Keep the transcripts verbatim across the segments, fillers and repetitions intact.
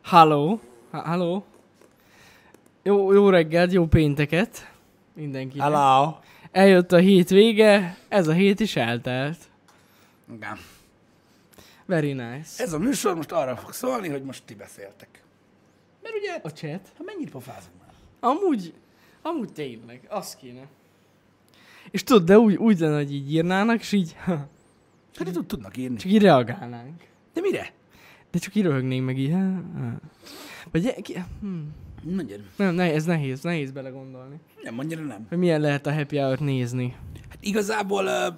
Halló. Halló. Jó, jó reggelt, jó pénteket mindenkinek. Hello. Eljött a hét vége, ez a hét is eltelt. Igen. Very nice. Ez a műsor most arra fog szólni, hogy most ti beszéltek. Mert ugye, A chat? ha mennyit pofázunk már? Amúgy, amúgy tényleg, az kéne. És tudod, de úgy, úgy lenne, hogy így írnának, és így, Hát tud, tudnak írni. csak így reagálnánk. De mire? De csak így röhögnénk meg így. ha, ha. Vagy, e- ki, hmm. Mondjad. Nem, ne, ez nehéz, nehéz belegondolni. Nem, annyira nem. Hogy milyen lehet a happy hour-t nézni. Hát igazából uh,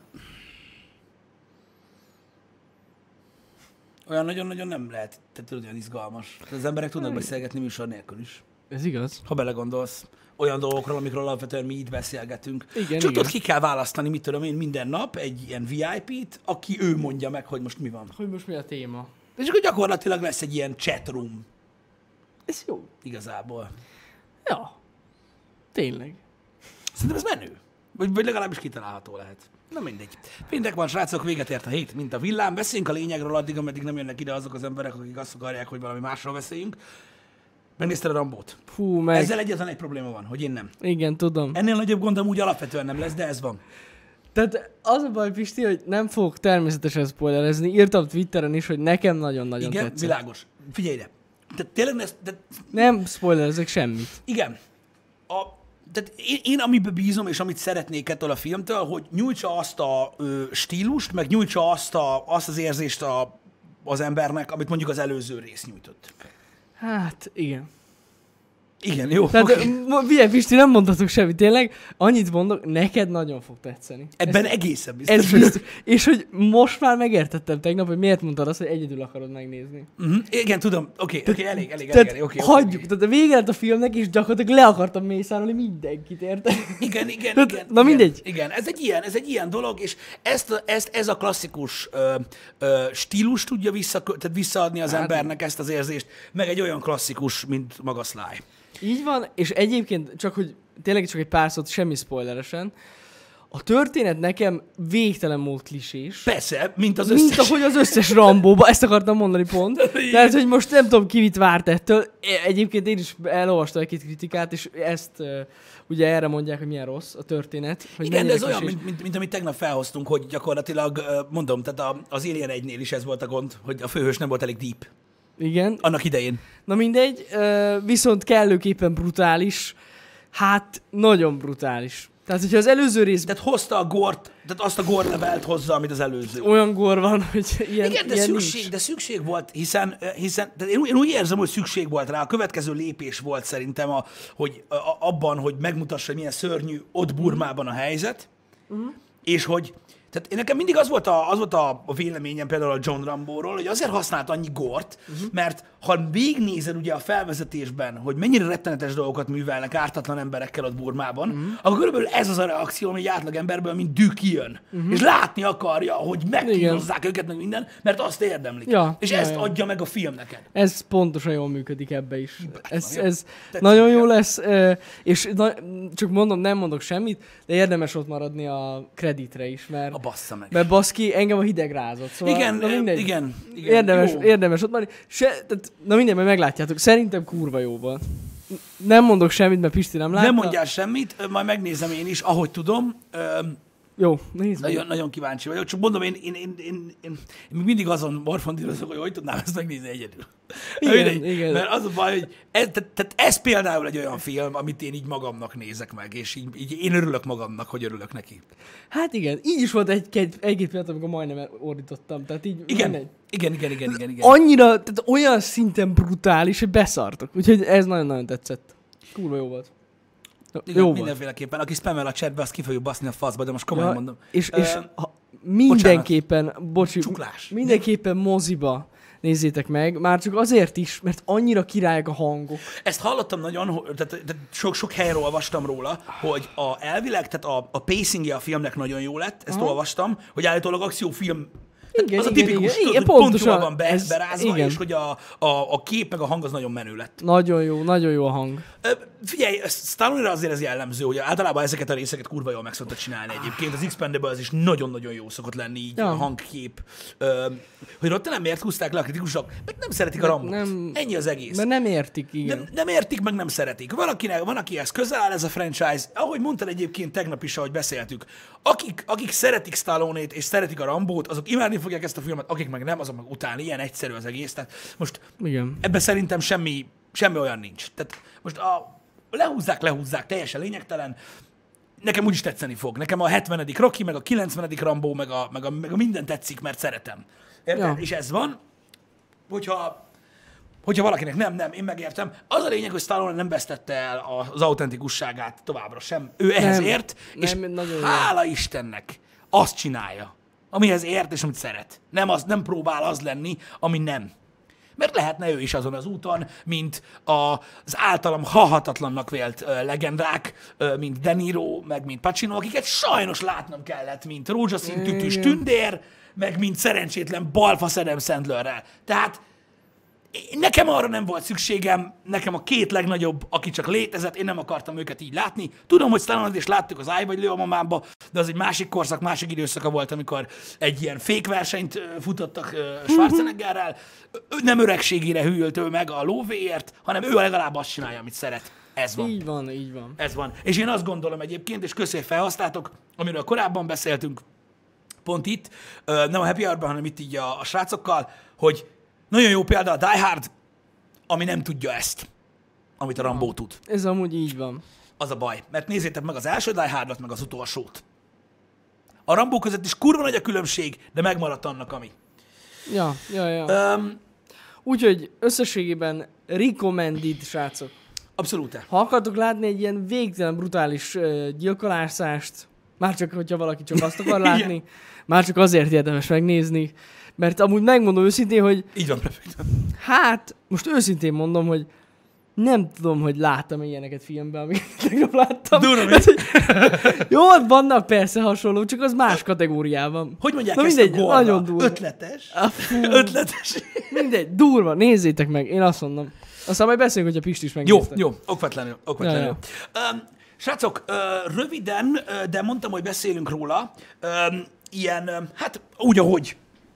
olyan nagyon-nagyon nem lehet, te tudod, olyan izgalmas. Az emberek tudnak beszélgetni műsor nélkül is. Ez igaz? Ha belegondolsz olyan dolgokról, amikről alapvetően mi itt beszélgetünk. Igen, Csak igen. tudod, ki kell választani, mit tudom én, minden nap egy ilyen vé i pé-t, aki ő mondja meg, hogy most mi van. Hogy most mi a téma? És akkor gyakorlatilag lesz egy ilyen chatroom Ez jó. igazából. Ja. Tényleg. Szerintem ez menő. Vagy, vagy legalábbis kitalálható lehet. Na mindegy. Péntek van, srácok, véget ért a hét, mint a villám. Beszéljünk a lényegről addig, ameddig nem jönnek ide azok az emberek, akik azt akarják, hogy valami másról beszéljünk. Megnézted a Rambót? Fú, meg... Ezzel egyetlen egy probléma van, hogy én nem. Igen, tudom. Ennél nagyobb gondom úgy alapvetően nem lesz, de ez van. Tehát az a baj, Pisti, hogy nem fogok természetesen spoilerezni. Írtam Twitteren is, hogy nekem nagyon-nagyon Igen, tetszett. világos. Figyelj ide. Tehát tényleg ez, de, Nem spoilerezek semmit. igen. A, tehát én, én amiben bízom, és amit szeretnék ettől a filmtől, hogy nyújtsa azt a ö, stílust, meg nyújtsa azt, a, azt az érzést a, az embernek, amit mondjuk az előző rész nyújtott. Hát, igen. Igen, jó. Tehát, Okay. okay. Figyelj, Pisti, nem mondhatok semmit, tényleg. Annyit mondok, neked nagyon fog tetszeni. Ebben ez, egészen biztos. ez biztos. És hogy most már megértettem tegnap, hogy miért mondtad azt, hogy egyedül akarod megnézni. Uh-huh. Igen, tudom. Oké, okay, okay, elég, elég, elég. Tehát elég. Okay, hagyjuk, okay. tehát a vége lett a filmnek, és gyakorlatilag le akartam mészárolni mindenkit, érted? Igen, igen, Tehát, igen. na igen, mindegy. Igen, ez egy ilyen, ez egy ilyen dolog, és ezt, ezt ez a klasszikus ö, ö, stílus tudja vissza, tehát visszaadni az Hát, embernek ezt az érzést, meg egy olyan klasszikus, mint maga Sly. Így van, és egyébként csak, hogy tényleg csak egy pár szót, semmi spoileresen, a történet nekem végtelen mód klisés. Persze, mint az összes. Mint ahogy az összes Rambóba, ezt akartam mondani pont. Tehát, hogy most nem tudom ki mit várt ettől. Egyébként én is elolvastam egy-két kritikát, és ezt uh, ugye erre mondják, hogy milyen rossz a történet. Hogy Igen, de ez olyan, klisés. mint, mint, mint amit tegnap felhoztunk, hogy gyakorlatilag, ö, mondom, tehát a, az Alien egynél is ez volt a gond, hogy a főhős nem volt elég deep. Igen. Annak idején. Na mindegy, uh, viszont kellőképpen brutális. Hát, nagyon brutális. Tehát, hogyha az előző rész Tehát hozta a gort, tehát azt a gore levelt hozza, amit az előző. olyan gor van, hogy ilyen, Igen, de ilyen szükség, nincs. de szükség volt, hiszen, hiszen tehát én, én úgy érzem, hogy szükség volt rá. A következő lépés volt szerintem a, hogy, a, abban, hogy megmutassa, hogy milyen szörnyű ott Burmában a helyzet, uh-huh. és hogy tehát én nekem mindig az volt, a, az volt a, a véleményem például a John Rambóról, hogy azért használt annyi gort, uh-huh. mert ha végignézed ugye a felvezetésben, hogy mennyire rettenetes dolgokat művelnek ártatlan emberekkel ott Burmában, uh-huh. akkor körülbelül ez az a reakció, ami egy átlag emberből, mint dű kijön. Uh-huh. És látni akarja, hogy megkínozzák őket, meg minden, mert azt érdemlik. Ja, és ja, ezt ja. adja meg a film neked. Ez pontosan jól működik ebbe is. Ez, jó. ez Tetszik, nagyon jó igen. lesz, ö, és na, csak mondom, nem mondok semmit, de érdemes ott maradni a kreditre is, mert, A bassza meg. mert baszki, engem a hideg rázott. Szóval, Igen, na ö, mindegy. igen, igen, Érdemes, jó. érdemes ott maradni. Se, tehát, na mindegy, majd meglátjátok. Szerintem kurva jó volt. Nem mondok semmit, mert Pisti nem látta. Nem mondjál semmit, ö, majd megnézem én is, ahogy tudom. Öm, Jó, nézd meg. Nagyon, nagyon kíváncsi vagyok, csak mondom, én, én, én, én, én, én még mindig azon morfondírozok, hogy hogy tudnám ezt megnézni egyedül. Igen, Mindegy, igen. Mert az a baj, hogy ez, tehát, tehát ez például egy olyan film, amit én így magamnak nézek meg, és így, így én örülök magamnak, hogy örülök neki. Hát igen, így is volt egy-két, egy-két pillanat, amikor majdnem ordítottam. Tehát így Igen, mindegy. igen, igen, igen, igen, igen. Annyira, tehát olyan szinten brutális, hogy beszartok. Úgyhogy ez nagyon-nagyon tetszett. Kurva jó volt. Igen, Jó volt. mindenféleképpen. Aki spammel a chatbe, azt ki fogjuk baszni a faszba, de most komolyan Ja, mondom. És, Ö, és ha mindenképpen, bocsi, Csuklás. mindenképpen moziba nézzétek meg, már csak azért is, mert annyira királyok a hangok. Ezt hallottam nagyon, hogy- tehát, tehát sok, sok helyről olvastam róla, hogy a elvileg, tehát a, a pacingje a filmnek nagyon jó lett, ezt Aha. olvastam, hogy állítólag akciófilm Igen, az a igen, tipikus, igen, tudod, igen, hogy pont pontosan. jól van be, Ez- berázva, igen. és hogy a, a, a kép meg a hang az nagyon menő lett. Nagyon jó, nagyon jó a hang. Ö, Figyelj, Stallone-ra azért ez jellemző, hogy általában ezeket a részeket kurva jól meg szokta csinálni egyébként. Az Expendables is nagyon-nagyon jó szokott lenni így Ja. a hangkép. Ö, hogy ott nem miért húzták le a kritikusok? Mert nem szeretik a Rambót. nem- Ennyi az egész. Mert nem értik, igen. Nem, nem értik, meg nem szeretik. Valakinek, van, akihez közel áll ez a franchise, ahogy mondtad egyébként tegnap is, ahogy beszéltük. Akik, akik szeretik Stallone-t és szeretik a Rambót, azok imádni fogják ezt a filmet, akik meg nem, azok meg utálni. Ilyen egyszerű az egész. Tehát most Igen. ebben szerintem semmi, semmi olyan nincs. Tehát most a lehúzzák, lehúzzák, teljesen lényegtelen. Nekem úgyis tetszeni fog. Nekem a hetvenedik Rocky, meg a kilencvenedik Rambo, meg a, meg a, meg a minden tetszik, mert szeretem. Érted? Ja. És ez van. Hogyha, hogyha valakinek nem, nem, én megértem. Az a lényeg, hogy Stallone nem vesztette el az autentikusságát továbbra sem. Ő ehhez Nem, ért, és nem, nagyon jó. hála Istennek azt csinálja, amihez ért, és amit szeret. Nem, az, nem próbál az lenni, ami nem. Mert lehetne ő is azon az úton, mint a, az általam halhatatlannak vélt ö, legendák, ö, mint De Niro, meg mint Pacino, akiket sajnos látnom kellett, mint rózsaszín tütűs Igen. tündér, meg mint szerencsétlen balfasz Adam Sandlerrel. Tehát nekem arra nem volt szükségem, nekem a két legnagyobb, aki csak létezett, én nem akartam őket így látni. Tudom, hogy Stallone-t is láttuk az Állj vagy lő a mamámba, de az egy másik korszak, másik időszaka volt, amikor egy ilyen fékversenyt ö, futottak ö, Schwarzeneggerrel. Ő nem öregségére hűlt ő meg a lóvéért, hanem ő legalább azt csinálja, amit szeret. Ez van. Így van, így van. Ez van. És én azt gondolom egyébként, és köszönjük felhasználtok, amiről korábban beszéltünk, pont itt, ö, nem a Happy Hour-ban, hanem itt így a, a srácokkal, hogy nagyon jó példa a Die Hard, ami nem tudja ezt, amit a Rambo tud. Ez amúgy így van. Az a baj. Mert nézzétek meg az első Die Hardot, meg az utolsót. A Rambo között is kurva nagy a különbség, de megmaradt annak, ami. Ja, ja, ja. Um, Úgyhogy összességében recommended, srácok. abszolút. Ha akartok látni egy ilyen végtelen brutális uh, gyilkolászást, már csak, hogyha valaki csak azt akar látni, már csak azért érdemes megnézni, mert amúgy megmondom őszintén, hogy Így van, perfekt. hát, most őszintén mondom, hogy nem tudom, hogy láttam ilyeneket filmben, amiket tegnap láttam. Durva, mi? Hát, hogy jó, vannak persze hasonló, csak az más kategóriában. Hogy mondják Na ezt mindegy, a gorra? nagyon durva. Ötletes. Ah, fú. Ötletes. Mindegy, durva, nézzétek meg, én azt mondom. Aztán majd beszélünk, hogyha Pisti is Jó, megnézte. jó, okvetlenül, okvetlenül. Ja, Um, srácok, uh, röviden, uh, de mondtam, hogy beszélünk róla, um, ilyen, um, hát úgy, ahogy,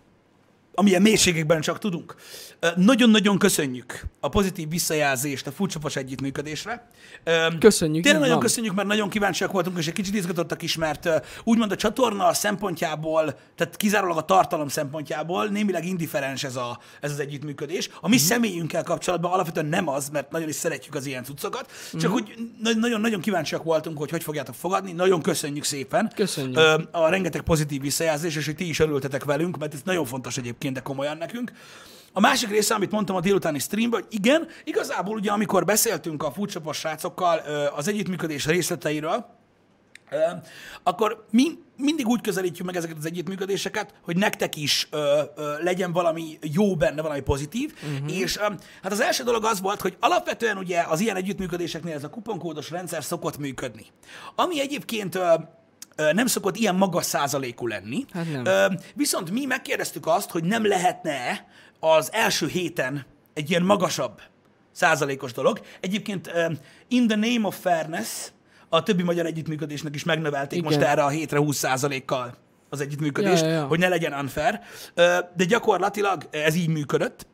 amilyen mélységekben csak tudunk. Uh, nagyon-nagyon köszönjük a pozitív visszajelzést a Foodshopos együttműködésre. Um, Köszönjük, Tényleg így nagyon van. köszönjük, mert nagyon kíváncsiak voltunk, és egy kicsit izgatottak is, mert uh, úgymond a csatorna szempontjából, tehát kizárólag a tartalom szempontjából némileg indiferens ez, a, ez az együttműködés. A mi mm-hmm. személyünkkel kapcsolatban alapvetően nem az, mert nagyon is szeretjük az ilyen cuccokat, csak mm-hmm. úgy na- nagyon-nagyon kíváncsiak voltunk, hogy hogy fogjátok fogadni. Nagyon köszönjük szépen Köszönjük. Ö, a rengeteg pozitív visszajelzés, és hogy ti is örültetek velünk, mert ez nagyon fontos egyébként, de komolyan nekünk. A másik része, amit mondtam a délutáni streamben, hogy igen, igazából ugye amikor beszéltünk a Foodshopos srácokkal ö, az együttműködés részleteiről, ö, akkor mi mindig úgy közelítjük meg ezeket az együttműködéseket, hogy nektek is ö, ö, legyen valami jó benne, valami pozitív, uh-huh. és ö, hát az első dolog az volt, hogy alapvetően ugye az ilyen együttműködéseknél ez a kuponkódos rendszer szokott működni. Ami egyébként ö, ö, nem szokott ilyen magas százalékú lenni, Hát nem. Ö, viszont mi megkérdeztük azt, hogy nem lehetne az első héten egy ilyen magasabb százalékos dolog. Egyébként uh, in the name of fairness a többi magyar együttműködésnek is megnövelték Igen. most erre a hétre húsz százalékkal az együttműködést, Ja, ja, ja. hogy ne legyen unfair. Uh, de gyakorlatilag ez így működött.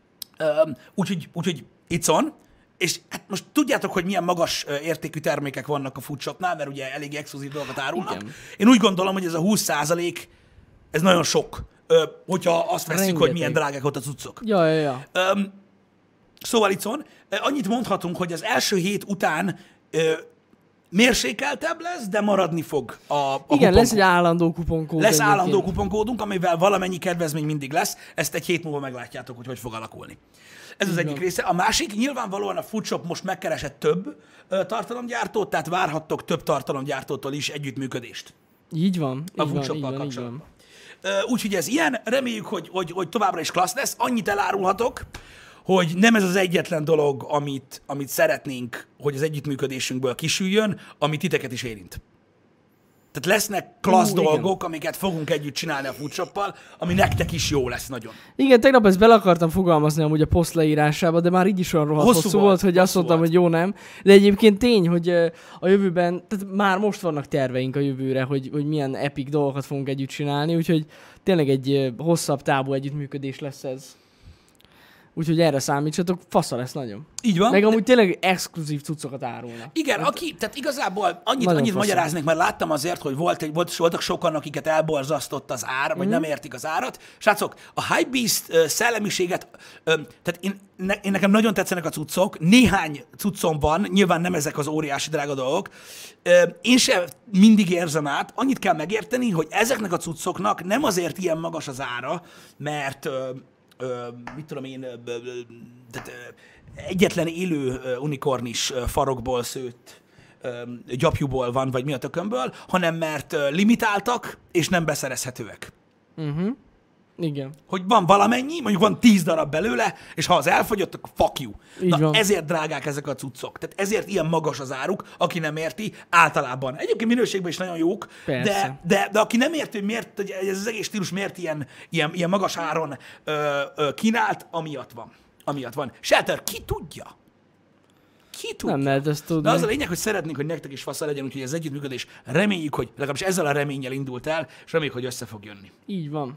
Uh, úgyhogy, úgyhogy it's on. És hát most tudjátok, hogy milyen magas ö, értékű termékek vannak a Foodshopnál, mert ugye elég exkluzív dolgokat árulnak. Igen. Én úgy gondolom, hogy ez a húsz százalék, ez nagyon sok, ö, hogyha azt veszük, Rengeteg. hogy milyen drágák ott a cuccok. Ja, ja, ja. Öm, szóval Icon, annyit mondhatunk, hogy az első hét után ö, mérsékeltebb lesz, de maradni fog a, a Igen, kuponkód. lesz egy állandó kuponkód. Lesz egyébként. állandó kuponkódunk, amivel valamennyi kedvezmény mindig lesz. Ezt egy hét múlva meglátjátok, hogy hogy fog alakulni. Ez az egyik része. A másik, nyilvánvalóan a Foodshop most megkeresett több ö, tartalomgyártót, tehát várhattok több tartalomgyártótól is együttműködést Így van, a így van, így Foodshoppal van, így kapcsolatban. van. Ö, Úgyhogy ez ilyen, reméljük, hogy, hogy, hogy továbbra is klassz lesz. Annyit elárulhatok, hogy nem ez az egyetlen dolog, amit, amit szeretnénk, hogy az együttműködésünkből kisüljön, ami titeket is érint. Tehát lesznek klassz Ú, dolgok, igen. amiket fogunk együtt csinálni a Foodshoppal, ami nektek is jó lesz nagyon. Igen, tegnap ezt bele akartam fogalmazni amúgy a poszt leírásába, de már így is olyan rohadt Hosszú hosszú, volt, volt, hogy azt hosszú mondtam, volt. hogy jó nem. De egyébként tény, hogy ö, a jövőben, tehát már most vannak terveink a jövőre, hogy, hogy milyen epic dolgokat fogunk együtt csinálni, úgyhogy tényleg egy ö, hosszabb távú együttműködés lesz ez. Úgyhogy erre számítsatok, fasza lesz nagyon. Így van. Meg amúgy tényleg exkluzív cuccokat árulnak. Igen, aki, tehát igazából annyit, Nagyon annyit fasza. magyaráznék, mert láttam azért, hogy volt egy, volt, voltak sokan, akiket elborzasztott az ár, vagy Mhm. nem értik az árat. Srácok, a Hypebeast ö, szellemiséget, ö, tehát én, ne, én nekem nagyon tetszenek a cuccok, néhány cuccom van, nyilván nem ezek az óriási drága dolgok. Ö, Én sem mindig érzem át, annyit kell megérteni, hogy ezeknek a cuccoknak nem azért ilyen magas az ára, mert ö, ö, mit tudom én, ö, ö, tehát, ö, egyetlen élő ö, unikornis ö, farokból szőtt ö, gyapjúból van, vagy mi a tökömből, hanem mert ö, limitáltak, és nem beszerezhetőek. Uh-huh. Igen. Hogy van valamennyi, mondjuk van tíz darab belőle, és ha az elfogyott, akkor fuck you. Így Na, van. ezért drágák ezek a cuccok. Tehát ezért ilyen magas az áruk, aki nem érti, általában. Egyébként minőségben is nagyon jók, de, Persze. de, de aki nem érti, hogy miért, hogy ez az egész stílus miért ilyen, ilyen, ilyen magas áron ö, ö, kínált, amiatt van. Amiatt van. Shelter, ki tudja? Ki tudja? Nem lehet ezt tudni. De az a lényeg, hogy szeretnénk, hogy nektek is fasza legyen, úgyhogy az együttműködés reméljük, hogy legalábbis ezzel a reménnyel indult el, és reméljük, hogy össze fog jönni. Így van.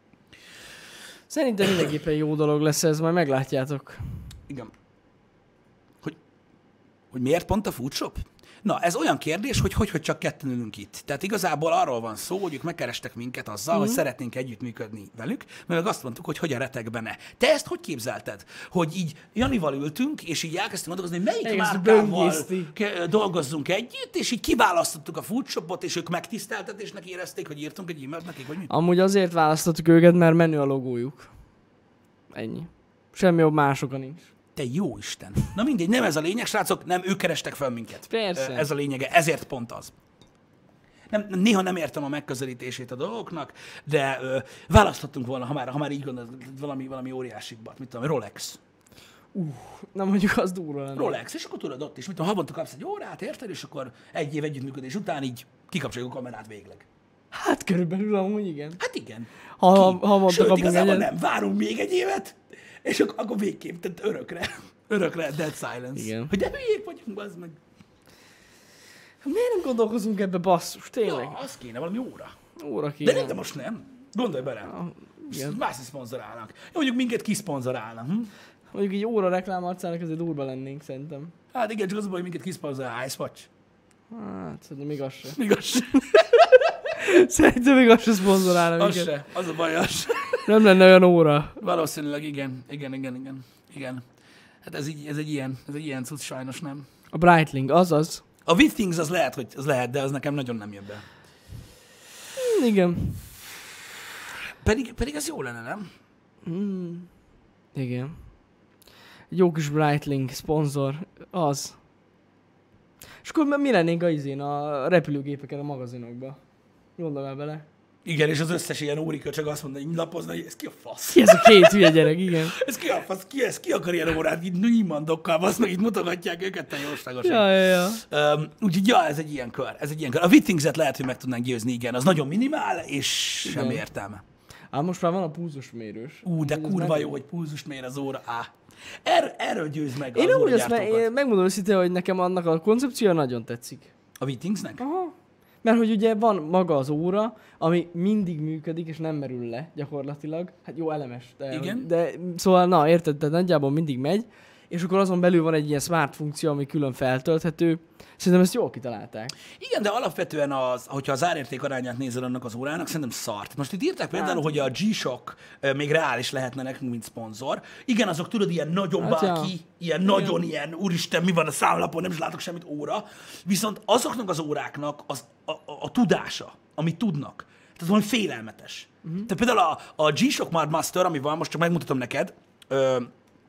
Szerintem mindenképpen jó dolog lesz ez, majd meglátjátok. Igen. Hogy, hogy miért pont a Foodshop? Na, ez olyan kérdés, hogy hogy, hogy csak ketten ülünk itt. Tehát igazából arról van szó, hogy ők megkerestek minket azzal, mm-hmm. hogy szeretnénk együttműködni velük, mert meg azt mondtuk, hogy hogy a retekben ne. Te ezt hogy képzelted? Hogy így Janival ültünk, és így elkezdtünk gondolkozni, hogy melyik Elkezdtük márkával böngészni. ke- dolgozzunk együtt, és így kiválasztottuk a Foodshopot, és ők megtiszteltetésnek érezték, hogy írtunk egy e-mailt nekik, vagy mi? Amúgy azért választottuk őket, mert menő a logójuk. Ennyi. Semmi jobb másoka nincs. Te jó Isten. Na mindegy, nem ez a lényeg, srácok, nem ők kerestek fel minket. Persze. Ez a lényege, ezért pont az. Nem, néha nem értem a megközelítését a dolgoknak, de ö, választhattunk volna, ha már, ha már így gondolod, valami, valami óriásikbat, mit tudom, Rolex. Na mondjuk az durva lenne. Rolex, és akkor tudod ott is, mit tudom, havonta kapsz egy órát, érted, és akkor egy év együttműködés után így kikapcsoljuk a kamerát végleg. Hát körülbelül amúgy igen. Hát igen. Ha, ha, ha mondta Sőt, kapunk igazából egyet. nem, várunk még egy évet, és akkor, akkor végképp, tehát örökre, örökre dead silence. Igen. Hogy de hülyék vagyunk, bazd meg. Miért nem gondolkozunk ebbe, basszus? Tényleg. Ja, az kéne, valami óra. Óra De kéne. nem, de most nem. Gondolj bele. igen. Más is szponzorálnak. Jó, mondjuk minket kiszponzorálnak. Hm? Mondjuk így óra reklámarcának azért durva lennénk szerintem. Hát igen, csak az a baj, hogy minket kiszponzorál Ice Watch. Hát, szerintem igaz se. Igaz se. Szerintem igaz se szponzorálna Az minket. se. Az a baj, az se. Nem lenne olyan óra. Valószínűleg igen. Igen, igen, igen. Igen. Hát ez, így, ez egy ilyen, ez egy ilyen cucc, sajnos nem. A Breitling, azaz. A With Things az lehet, hogy az lehet, de az nekem nagyon nem jön be. Hm, igen. Pedig, pedig ez jó lenne, nem? Mm. Igen. Egy jó kis Breitling szponzor. Az. És akkor mi lennénk a izén, a repülőgépeken, a magazinokba? Gondolj el bele. Igen, és az összes ilyen úriköcsög azt mondja, hogy lapozna, hogy ez ki a fasz? Ki ez a két hülye gyerek, igen. Ez ki a fasz? Ki, ez ki akar ilyen órát? Így nyímandokkal, azt meg így mutogatják őket, te jóságosan. Ja, ja, ja. Um, úgyhogy ja, ez egy ilyen kör. Ez egy ilyen kör. A Wittingset lehet, hogy meg tudnánk győzni, igen. Az nagyon minimál, és sem Igen. értelme. Ám most már van a pulzusmérős. Ú, de Ez kurva meg- jó, hogy pulzust mér az óra. Á. Er, erről győz meg Én az amúgy azt me- óragyártókat. én megmondom őszintén, hogy nekem annak a koncepciója nagyon tetszik. A Wittingsnek? Aha. Mert hogy ugye van maga az óra, ami mindig működik, és nem merül le gyakorlatilag. Hát jó, elemes. De, Igen. de szóval, na, érted, de nagyjából mindig megy, és akkor azon belül van egy ilyen smart funkció, ami külön feltölthető. Szerintem ezt jól kitalálták. Igen, de alapvetően, az, hogyha az árérték arányát nézel annak az órának, szerintem szart. Most itt írták például, Hát. hogy a G-Shock ö, még reális lehetne nekünk, mint szponzor. Igen, azok tudod, ilyen nagyon Hát ja. báki, ilyen nagyon ilyen, úristen, mi van a számlapon, nem is látok semmit óra. Viszont azoknak az óráknak az, a, a, a tudása, amit tudnak, tehát valami félelmetes. Uh-huh. Tehát például a, a G-Shock Smart Master, ami van, most csak megmutatom neked, ö,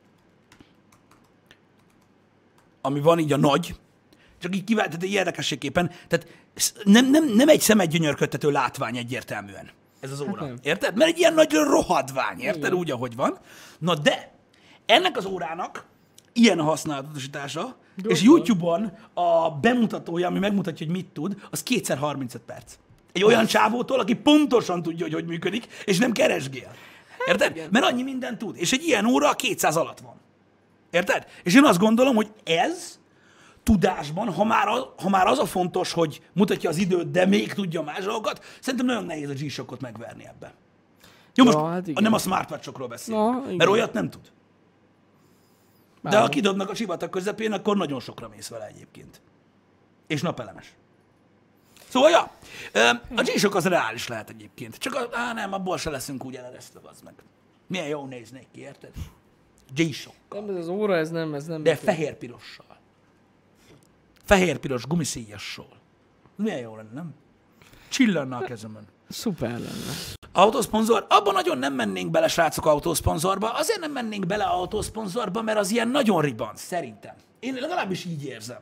ami van így a nagy, csak így kivált, tehát egy érdekességképpen, tehát sz- nem, nem, nem egy szemet gyönyörködtető látvány egyértelműen ez az óra. nem. Érted? Mert egy ilyen nagy rohadvány, érted? Igen. Úgy, ahogy van. Na de, ennek az órának ilyen használatosítása, és YouTube-on a bemutatója, ami megmutatja, hogy mit tud, az kétszer harmincöt perc. Egy olyan csávótól, aki pontosan tudja, hogy hogy működik, és nem keresgél. Érted? igen. Mert annyi mindent tud. És egy ilyen óra kétszáz alatt van. Érted? És én azt gondolom, hogy ez tudásban, ha már, az, ha már az a fontos, hogy mutatja az időt, de még tudja más dolgokat, szerintem nagyon nehéz a G-Shockot megverni ebbe. Jó, most Ja, hát igen. nem a smartwatchokról beszélünk, Na, igen. mert olyat nem tud. De Várom. ha kidobnak a sivatag közepén, akkor nagyon sokra mész vele egyébként. És napelemes. Szóval, ja, ö, a G-Shock az reális lehet egyébként. Csak, a, á, nem, abból se leszünk úgy eleresztve, az meg. Milyen jó néznék ki, érted? G-Shock. Nem, ez az óra, ez nem, ez nem. De működik. fehér-pirossal. Fehér-piros gumiszíjassal. Milyen jó lenne, nem? Csillanna a kezemön. Szuper lenne. Autószponzor? Abban nagyon nem mennénk bele, srácok, autószponzorba. Azért nem mennénk bele autószponzorba, mert az ilyen nagyon ribanc, szerintem. Én legalábbis így érzem.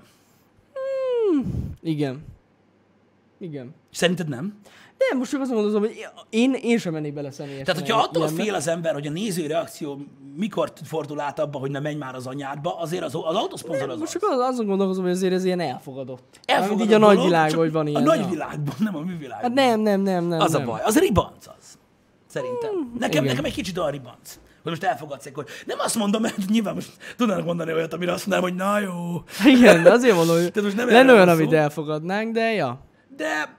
Igen. Igen. Szerinted nem? De most csak azt mondom, hogy én, én sem mennék bele személyesen. Tehát, hogyha attól ilyenbe. fél az ember, hogy a néző reakció mikor fordul át abba, hogy ne menj már az anyádba, azért az, az autószponzor az Most az. csak az, azon gondolkozom, hogy azért ez ilyen elfogadott. Elfogadott Mármint így a dolog, nagyvilágban, csak hogy van ilyen. A ja. nagyvilágban, nem a művilágban. Hát nem, nem, nem, nem. Az nem. a baj. Az ribanc az. Szerintem. Nekem, igen. nekem egy kicsit olyan ribanc. Hogy most elfogadsz egy, hogy nem azt mondom, mert nyilván most tudnának mondani olyat, amire azt mondanám, hogy na jó. Igen, de azért mondom, hogy Tehát most nem lenne erről olyan, van szó. amit elfogadnánk, de ja. De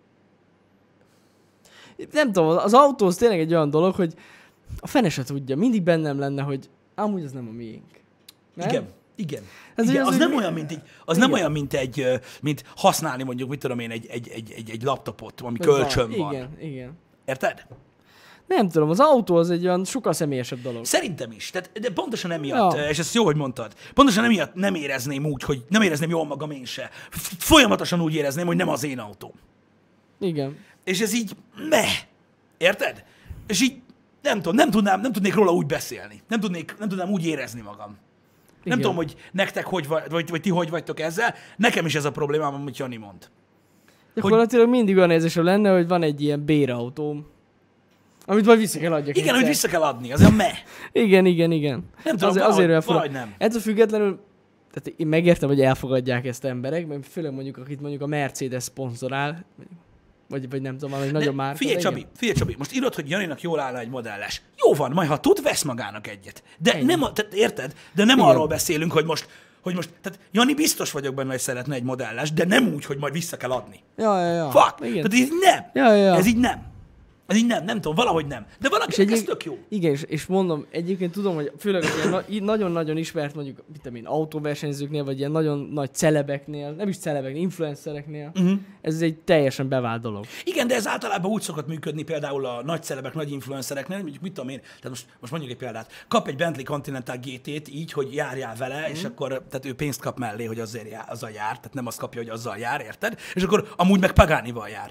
Nem tudom, az autó az tényleg egy olyan dolog, hogy a fene se tudja. Mindig bennem lenne, hogy amúgy az nem a miénk. Nem? igen, igen. Ez igen ugye az, az, nem hogy- olyan, mint egy, az Igen. nem olyan, mint egy, ö, mint használni mondjuk, mit tudom én, egy, egy, egy, egy, egy laptopot, ami Hogy kölcsön van. Igen, igen. Érted? Nem tudom, az autó az egy olyan sokkal személyesebb dolog. Szerintem is. Tehát, de pontosan emiatt, Ja. és ezt jó, hogy mondtad, pontosan emiatt nem érezném úgy, hogy nem érezném jól magam én se. F- Folyamatosan úgy érezném, hogy nem az én autóm. Igen. És ez így, meh. Érted? És így, nem tudom, nem, tudnám, nem tudnék róla úgy beszélni. Nem, tudnék, nem tudnám úgy érezni magam. Nem Igen. tudom, hogy nektek hogy vagy, vagy, vagy ti hogy vagytok ezzel. Nekem is ez a problémám, amit Jani mond. Gyakorlatilag mindig olyan érzésem lenne, hogy van egy ilyen bérautóm, amit majd vissza kell adjak. Igen, egyszer. hogy vissza kell adni, az a meh. Igen, igen, igen. Nem tudom, azért, valahogy- azért olyan fura. valahogy nem. Ettől függetlenül, tehát én megértem, hogy elfogadják ezt emberek, mert főleg mondjuk, akit mondjuk a Mercedes szponzorál, vagy, vagy nem tudom, valami De nagyobb márka. Figyelj, de Csabi, igen. figyelj, Csabi, most írod, hogy Janinak jól állna egy modelles. Jó van, majd ha tud, vesz magának egyet. De Ennyi. nem, a- tehát érted? De nem Igen. arról beszélünk, hogy most, hogy most, tehát Jani biztos vagyok benne, hogy szeretne egy modelles, de nem úgy, hogy majd vissza kell adni. Ja, ja, ja. Fuck! Igen. Tehát így nem. Ja, ja, ja. Ez így nem. Ez így nem, nem tudom, valahogy nem. De valakinek ez tök jó. Igen, és, és mondom, egyébként tudom, hogy főleg az ilyen na, í- nagyon-nagyon ismert mondjuk, mit tudom én, autóversenyzőknél, vagy ilyen nagyon nagy celebeknél, nem is celebeknél, influencereknél, uh-huh. ez egy teljesen bevált dolog. Igen, de ez általában úgy szokott működni például a nagy celebek, nagy influencereknél, mondjuk mit tudom én, tehát most, most mondjuk egy példát, kap egy Bentley Continental gé té-t így, hogy járjál vele, mm. és akkor tehát ő pénzt kap mellé, hogy azért jár, azzal jár, tehát nem azt kapja, hogy azzal jár, érted? És akkor amúgy meg Paganival jár.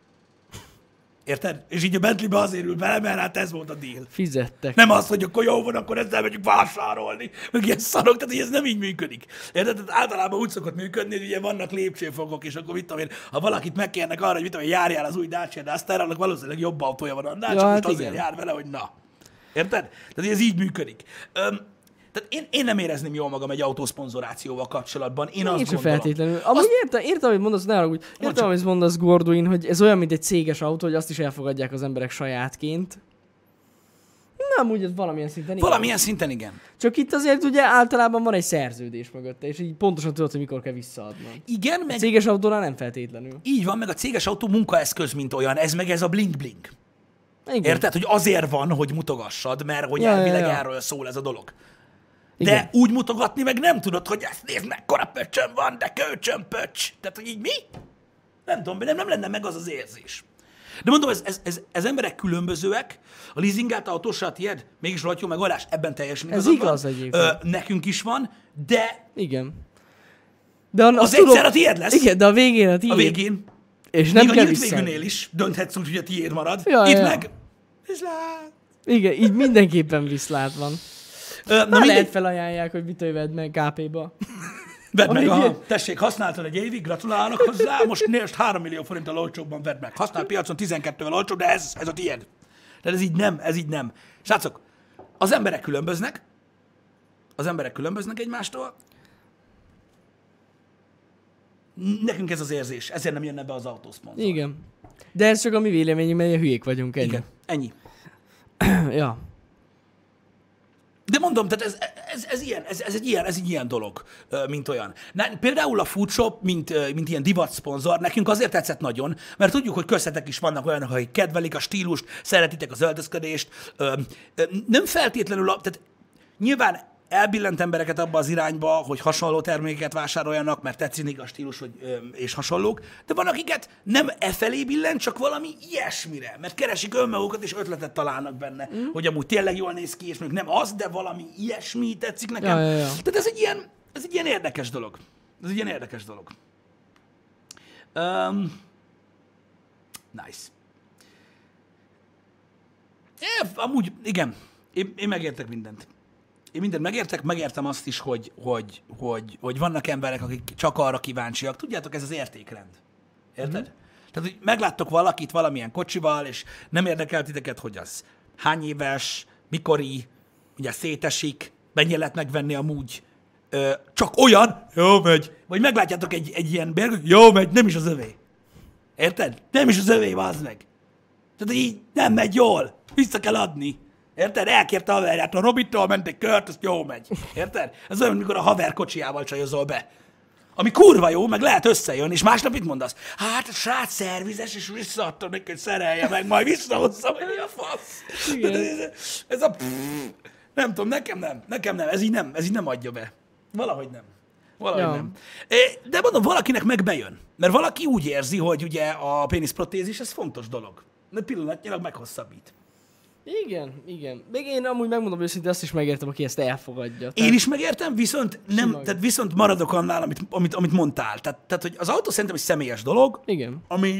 Érted? És így a Bentleybe azért ül bele, mert hát ez volt a deal. Fizettek. Nem az, hogy akkor jó van, akkor ezzel megyünk vásárolni, meg ilyen szarok, tehát hogy ez nem így működik. Érted? Tehát általában úgy szokott működni, hogy ugye vannak lépcsőfokok, és akkor mit tudom én, ha valakit megkérnek arra, hogy mit tudom én, járjál az új Dacia Duster, annak valószínűleg jobb autója van annál, Ja, csak hát most azért igen. jár vele, hogy na. Érted? Tehát ez így működik. Öm, tehát én, én nem érezném jól magam egy autószponzorációval kapcsolatban. Én, azt Én sem gondolom. feltétlenül. Amúgy azt... értem, értem, amit mondasz, ne haragudj. Értem, csak. amit mondasz, Gorduin, hogy ez olyan, mint egy céges autó, hogy azt is elfogadják az emberek sajátként. Nem, úgy ez valamilyen szinten igen. Valamilyen szinten igen. Csak itt azért ugye általában van egy szerződés mögötte, és így pontosan tudod, hogy mikor kell visszaadnod. Igen, A meg céges autónál nem feltétlenül. így van, meg a céges autó munkaeszköz, mint olyan, ez meg ez a bling-bling. Igen. Érted? Hogy azért van, hogy mutogassad, mert hogy Ja, ja, elvileg ja. erről szól ez a dolog. Igen. De úgy mutogatni meg nem tudod, hogy ezt nézd, mekkora pöcsön van, de kölcsön pöcs. Tehát, hogy így mi? Nem tudom, nem, nem lenne meg az az érzés. De mondom, ez, ez, ez, ez emberek különbözőek, a leasingált autós a tiéd, mégis rohadt jó megoldás, ebben teljesen Ez igazad igaz van. egyébként. Ö, nekünk is van, de Igen. De an, az azt egyszer tudom, a tiéd lesz. Igen, de a végén a tiéd. A végén. És nem Még kell a nyílt vissza. végűnél is dönthetsz úgy, hogy a tiéd marad. Ja, Itt ja. meg... Viszlát. Igen, így mindenképpen viszlát van. Ö, Na, Na, mindegy. lehet felajánlják, hogy mit vedd meg ká pé-ba. Vedd meg, Amíg- aha, tessék, használtad egy évig, gratulálok hozzá, most most három millió forinttal olcsóbban vedd meg. Használ piacon tizenkettővel olcsóbb, de ez, ez a tiéd. De ez így nem, ez így nem. Srácok, az emberek különböznek, az emberek különböznek egymástól. Nekünk ez az érzés, ezért nem jönne be az autószponzor. Igen. De ez csak a mi véleményünk, mert ilyen hülyék vagyunk. Ennyi. Igen, ennyi. Ja. De mondom, tehát ez, ez, ez, ilyen, ez, ez, egy ilyen, ez egy ilyen dolog, mint olyan. Na, például a Foodshop, mint, mint ilyen divat szponzor, nekünk azért tetszett nagyon, mert tudjuk, hogy köztetek is vannak olyanok, akik kedvelik a stílust, szeretitek az öltözködést. Nem feltétlenül, tehát nyilván elbillent embereket abba az irányba, hogy hasonló termékeket vásároljanak, mert tetszik nekik a stílus hogy, és hasonlók, de van, akiket nem e felé billent, csak valami ilyesmire, mert keresik önmagukat és ötletet találnak benne, mm. hogy amúgy tényleg jól néz ki, és mondjuk nem az, de valami ilyesmi tetszik nekem. Ja, ja, ja. Tehát ez egy, ilyen, ez egy ilyen érdekes dolog. Ez egy ilyen érdekes dolog. Um, nice. É, amúgy, igen, én, én megértek mindent. Én mindent megértek, megértem azt is, hogy, hogy, hogy, hogy vannak emberek, akik csak arra kíváncsiak. Tudjátok, ez az értékrend. Érted? Mm-hmm. Tehát, hogy megláttok valakit valamilyen kocsival, és nem érdekel titeket, hogy az hány éves, mikori, ugye szétesik, mennyire lehet megvenni amúgy. Ö, csak olyan, jó megy. Vagy meglátjátok egy, egy ilyen bérgőt, jó megy, nem is az övé. Érted? Nem is az övé, vázd meg. Tehát így nem megy jól. Vissza kell adni. Érted? Elkérte a haverját, a Robitól ment egy kört, azt jó megy. Érted? Ez olyan, mikor a haver kocsijával csajozol be. Ami kurva jó, meg lehet összejön, és másnap mit mondasz? Hát a srác szervizes, és visszaadtam neki, hogy szerelje meg, majd visszahozza, hogy mi a fasz. Ez, ez a... Pff, nem tudom, nekem nem, nekem nem, ez így nem, ez így nem adja be. Valahogy nem. Valahogy ja. nem. De mondom, valakinek meg bejön. Mert valaki úgy érzi, hogy ugye a péniszprotézis, ez fontos dolog. De pillanatnyilag meghosszabbít. Igen, igen. Még én amúgy megmondom őszintén, azt is megértem, aki ezt elfogadja. Tehát... Én is megértem, viszont, nem, tehát viszont maradok annál, amit, amit, amit mondtál. Tehát, tehát, hogy az autó szerintem egy személyes dolog, igen. Ami,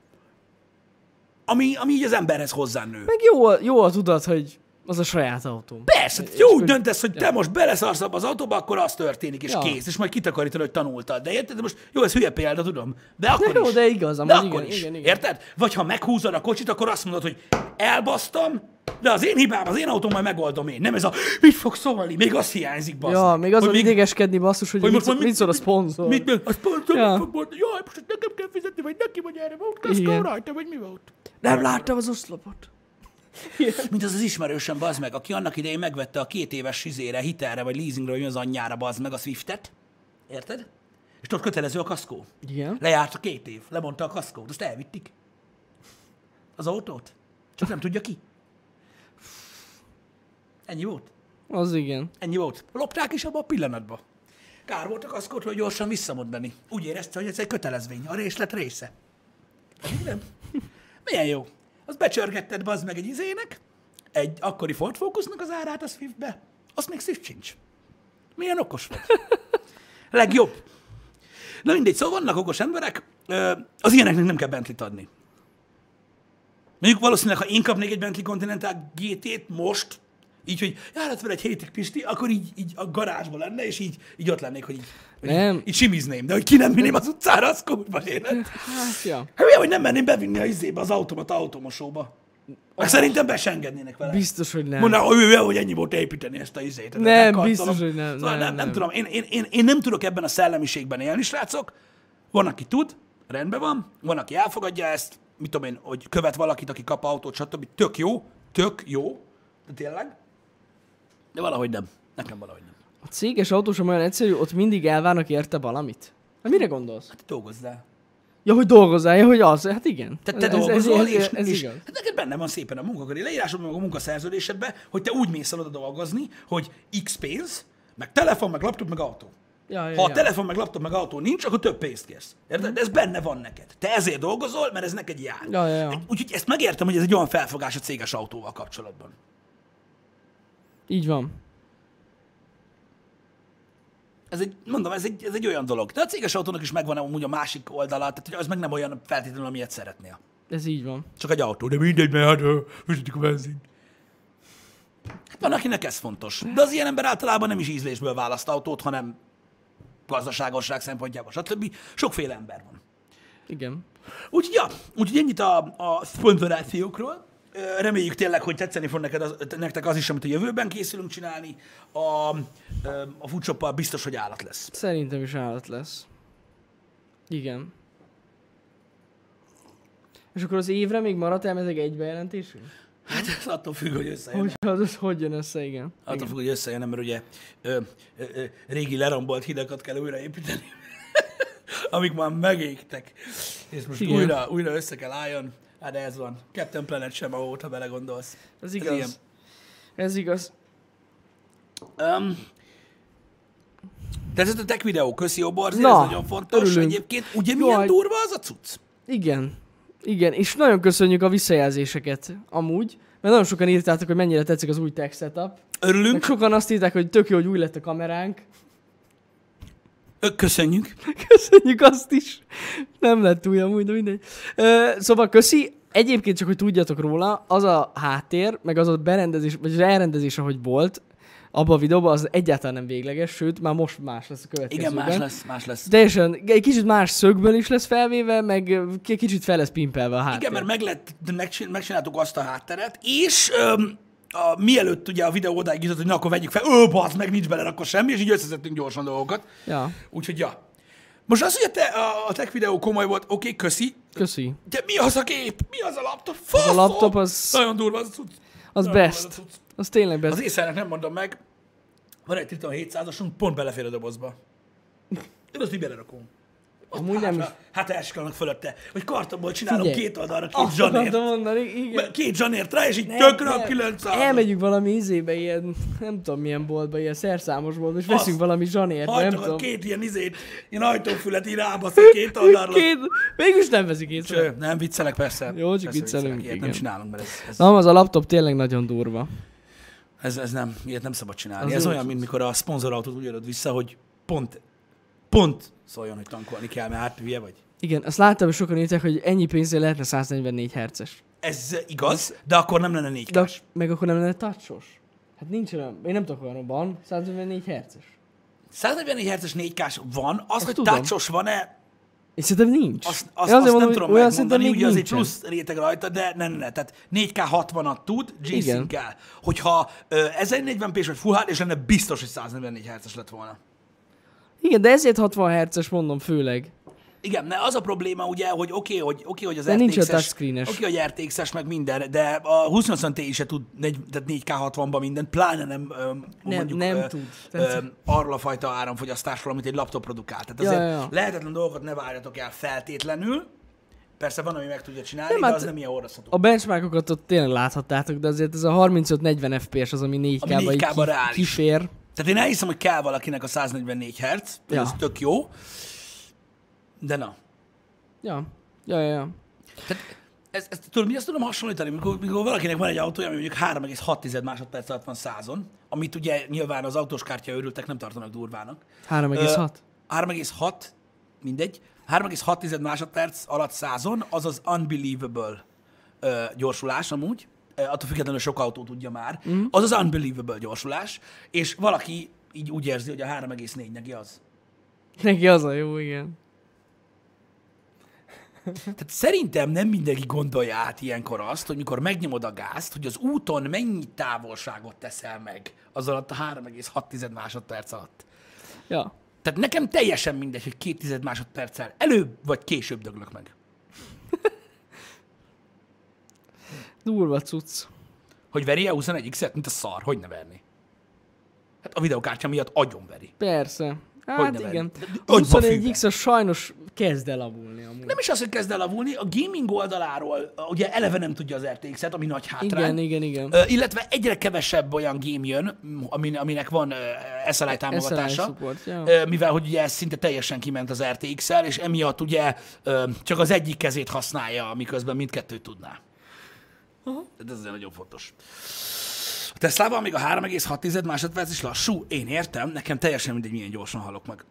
ami, ami így az emberhez hozzánő. Meg jó, jó a tudat, hogy az a saját autó. Persze, jó úgy döntesz, hogy te ja. most beleszarsz abba az autóba, akkor az történik, és ja. kész, és majd kitakarítod, hogy tanultad. De érted? De most jó, ez hülye példa, tudom. De akkor de jó, is. de igaz, de akkor igen, is. igen, igen. Érted? Vagy ha meghúzod a kocsit, akkor azt mondod, hogy elbasztam, de az én hibám, az én autóm, majd megoldom én. Nem ez a, mit fog szólni? Még az hiányzik, basz. Ja, még azon még... idégeskedni, basszus, hogy, hogy mit, mit, mit szól a szponzor. Mit, mit, a szponzor ja. fog mondani, jaj, most nekem kell fizetni, vagy neki, vagy erre volt, kaszkó rajta, vagy mi volt? Nem láttam az oszlopot. Igen. Mint az az ismerősöm, bazd meg, aki annak idején megvette a két éves izére, hitelre, vagy leasingre, vagy az anyjára, bazd meg a Swiftet. Érted? És tudod, kötelező a kaszkó. Igen. Lejárt a két év, lemondta a kaszkót, azt elvittik. Az autót. Csak nem tudja ki. Ennyi volt. Az igen. Ennyi volt. Lopták is abba a pillanatba. Kár volt a kaszkót, hogy gyorsan visszamondani. Úgy érezte, hogy ez egy kötelezvény. A részlet része. Nem. Milyen jó. Azt becsörgetted, bazd meg egy izének, egy akkori Ford Focusnak az árát a Swiftbe. Azt még Swift sincs. Milyen okos vagy. Legjobb. Na mindegy, szóval vannak okos emberek, az ilyeneknek nem kell Bentley-t adni. Mondjuk valószínűleg, ha én kapnék egy Bentley Continental gé té-t most, így, hogy járat vele egy hétig Pisti, akkor így, így a garázsban lenne, és így, így ott lennék, hogy így, nem. így, így simizném. De hogy ki nem vinném az utcára, az kurva élet. Hát, ja. Hát olyan, hogy nem merném bevinni a izébe, az automat automosóba. Meg szerintem be se engednének vele. Biztos, hogy nem. Mondaná, hogy ő, hogy ennyi volt építeni ezt a izét. Nem, biztos, hogy nem. Szóval nem, nem, nem, nem tudom, én, én, én, én nem tudok ebben a szellemiségben élni, srácok. Van, aki tud, rendben van. Van, aki elfogadja ezt, mit tudom én, hogy követ valakit, aki kap autót, stb. Tök jó, tök jó, de tényleg. De valahogy nem. Nekem valahogy nem. A céges autó sem olyan egyszerű, ott mindig elvárnak érte valamit. Hát mire gondolsz? Hát dolgozzál. Ja, hogy dolgozzál, ja, hogy az. Hát igen. Te, te ez, dolgozol, ez, ez, és, ez, ez és igaz. hát neked benne van szépen a munkakori leírásod, meg a munkaszerződésedben, hogy te úgy mész el oda dolgozni, hogy X pénz, meg telefon, meg laptop, meg autó. Ja, ja, ha a ja. telefon, meg laptop, meg autó nincs, akkor több pénzt kérsz. Érted? De ez benne van neked. Te ezért dolgozol, mert ez neked jár. Ja, ja, ja. Úgyhogy ezt megértem, hogy ez egy olyan felfogás a céges autóval kapcsolatban. Így van. Ez egy, mondom, ez egy, ez egy olyan dolog. De a céges autónak is megvan amúgy a másik oldala, tehát az meg nem olyan feltétlenül, amilyet szeretnél. Ez így van. Csak egy autó, de mindegy, mert hát fizetik a benzint. Hát van, akinek ez fontos. De az ilyen ember általában nem is ízlésből választ autót, hanem gazdaságosság szempontjából, stb. Sokféle ember van. Igen. Úgyhogy, ja, úgyhogy ennyit a, a szponzorációkról. reméljük tényleg, hogy tetszeni fog neked az, nektek az is, amit a jövőben készülünk csinálni. A, a Foodshoppal biztos, hogy állat lesz. Szerintem is állat lesz. Igen. És akkor az évre még maradt elméletileg egy bejelentésünk? Hát ez attól függ, hogy összejön. Hogy, az, az hogy jön össze, igen. Attól igen. függ, hogy összejön, mert ugye ö, ö, ö, régi lerombolt hidakat kell újraépíteni, amik már megégtek. És most újra, újra össze kell álljon. Hát ez van. Captain Planet sem ahol, ha belegondolsz. Ez igaz. Ez, ez igaz. Um, de ez a tech videó, köszi Oborzi, Na, ez nagyon fontos örülünk. egyébként. Ugye milyen Jaj. durva az a cucc? Igen. Igen, és nagyon köszönjük a visszajelzéseket amúgy, mert nagyon sokan írtátok, hogy mennyire tetszik az új tech setup. Örülünk. Meg sokan azt írták, hogy tök jó, hogy új lett a kameránk. Ö, köszönjük. Köszönjük azt is. Nem lett új amúgy, de mindegy. Ö, szóval köszi. Egyébként csak, hogy tudjatok róla, az a háttér, meg az a berendezés, vagy az elrendezés, ahogy volt, abban a videóban, az egyáltalán nem végleges, sőt, már most más lesz a következőben. Igen, más lesz, más lesz. Teljesen, egy kicsit más szögből is lesz felvéve, meg k- kicsit fel lesz pimpelve a háttér. Igen, mert meg lett, megcsin- megcsináltuk azt a hátteret, és öm, a, mielőtt ugye a videó odáig jutott, hogy na, akkor vegyük fel, ö, bazd meg, nincs bele akkor semmi, és így összeszedtünk gyorsan dolgokat. Ja. Úgyhogy ja. Most az, hogy a, te, a, a tech videó komoly volt, oké, okay, köszi. Köszi. De mi az a gép? Mi az a laptop? Az Faszom! a laptop az, Nagyon durva az a cucc. az Nagyon best. durva az a cucc. Az tényleg best. Az észernek nem mondom meg, van egy Triton hétszázasunk, pont belefér a dobozba. Én azt így belerakom. Amúgy nem is. Hát elskalnak fölötte. Vagy kartonból csinálom Figyelj. két oldalra, két Azt zsanért. akartam mondani, igen. Két zsanért rá, és így Nem, tökre a nem. kilencszáz. Elmegyünk valami izébe, ilyen, nem tudom milyen boltba, ilyen szerszámos boltba, és veszünk Azt. valami zsanért, nem Hagytak tudom. két ilyen izét, ilyen ajtófület így rábasz két oldalra. Két, mégis nem veszik észre. Cső, nem viccelek persze. Jó, csak Persze viccelünk, Ilyet nem igen. csinálunk, mert ez, ez, Na, az a laptop tényleg nagyon durva. ez, ez nem, ilyet nem szabad csinálni. Az Ez jó. olyan, mint mikor a szponzorautót úgy adod vissza, hogy pont, pont szóljon, hogy tankolni kell, mert hát hülye vagy. Igen, azt láttam, hogy sokan írták, hogy ennyi pénzért lehetne száznegyvennégy hertzes. Ez igaz, de akkor nem lenne négy De kás. meg akkor nem lenne touchos. Hát nincs olyan, én nem tudok olyanban, száznegyvennégy hertzes. száznegyvennégy hertzes négy kás van, az, Azt hogy tudom. touchos van-e, És szerintem nincs. azt, Én azt, azért azt nem mondom, tudom hogy olyan megmondani, szerintem még ugye az egy nincsen. plusz réteg rajta, de ne, ne, ne. Tehát négy ká hatvanat tud, Igen. G-Sync kell. Hogyha ö, ezernegyven pés vagy Full há dé, és lenne biztos, hogy száznegyvennégy hertzes lett volna. Igen, de ezért hatvan hertzes mondom főleg. Igen, mert az a probléma ugye, hogy oké, okay, hogy, okay, hogy az De nincs a er té iksz-es, touchscreen-es. oké, okay, hogy er té iksz-es meg minden, de a húsznyolcvan Ti se tud negy, tehát négy ká hatvanban minden, pláne nem, öm, Nem, mondjuk, nem ö, tud. Öm, arról a fajta áramfogyasztásról, amit egy laptop produkál. Tehát Ja, azért ja, ja. lehetetlen dolgokat ne várjatok el feltétlenül. Persze van, ami meg tudja csinálni, Nem, de hát az nem ilyen orraszható. A benchmarkokat ott tényleg láthattátok, de azért ez a harmincöt-negyven ef pé es az, ami négy ká-ba négy így ká-ba ki- reális. kifér. Tehát én elhiszem, hogy kell valakinek a száznegyvennégy hertz, Ja. ez tök jó, de na. Ja, ja, ja. ja. Tehát ez, ez, tudod, mi azt tudom hasonlítani, mikor, mikor valakinek van egy autója, ami mondjuk három egész hat másodperc alatt van százon, amit ugye nyilván az autós kártya őrültek nem tartanak durvának. három egész hat? három egész hat, mindegy, három egész hat másodperc alatt százon, az az unbelievable ö, gyorsulás amúgy, ö, attól függetlenül sok autó tudja már, mm. az az unbelievable gyorsulás, és valaki így úgy érzi, hogy a három egész négy neki az. Neki az a jó, igen. Tehát szerintem nem mindenki gondolja át ilyenkor azt, hogy mikor megnyomod a gázt, hogy az úton mennyi távolságot teszel meg az alatt a három egész hat másodperc alatt. Ja. Tehát nekem teljesen mindegy, hogy két tized másodperccel előbb vagy később döglök meg. Durva cucc. Hogy veri a huszonegy iksz-et, mint a szar, hogy ne verni? Hát a videokártya miatt agyonveri. Persze. Hát Hogyne igen. verni. A Agyba huszonegy fűve. iksz az sajnos kezd elavulni amúgy. Nem is az, hogy kezd el avulni, a gaming oldaláról ugye eleve nem tudja az er té iksz-et, ami nagy hátrány. Igen, igen, igen. Ö, illetve egyre kevesebb olyan game jön, amin, aminek van uh, es el i támogatása, es el i support, ja. Ö, mivel hogy ugye ez szinte teljesen kiment az er té iksz-el, és emiatt ugye ö, csak az egyik kezét használja, miközben mindkettőt tudná. Aha. Tehát ez azért nagyon fontos. A Teslában még a három egész hat másodperc is lassú, én értem, nekem teljesen mindegy, milyen gyorsan halok meg.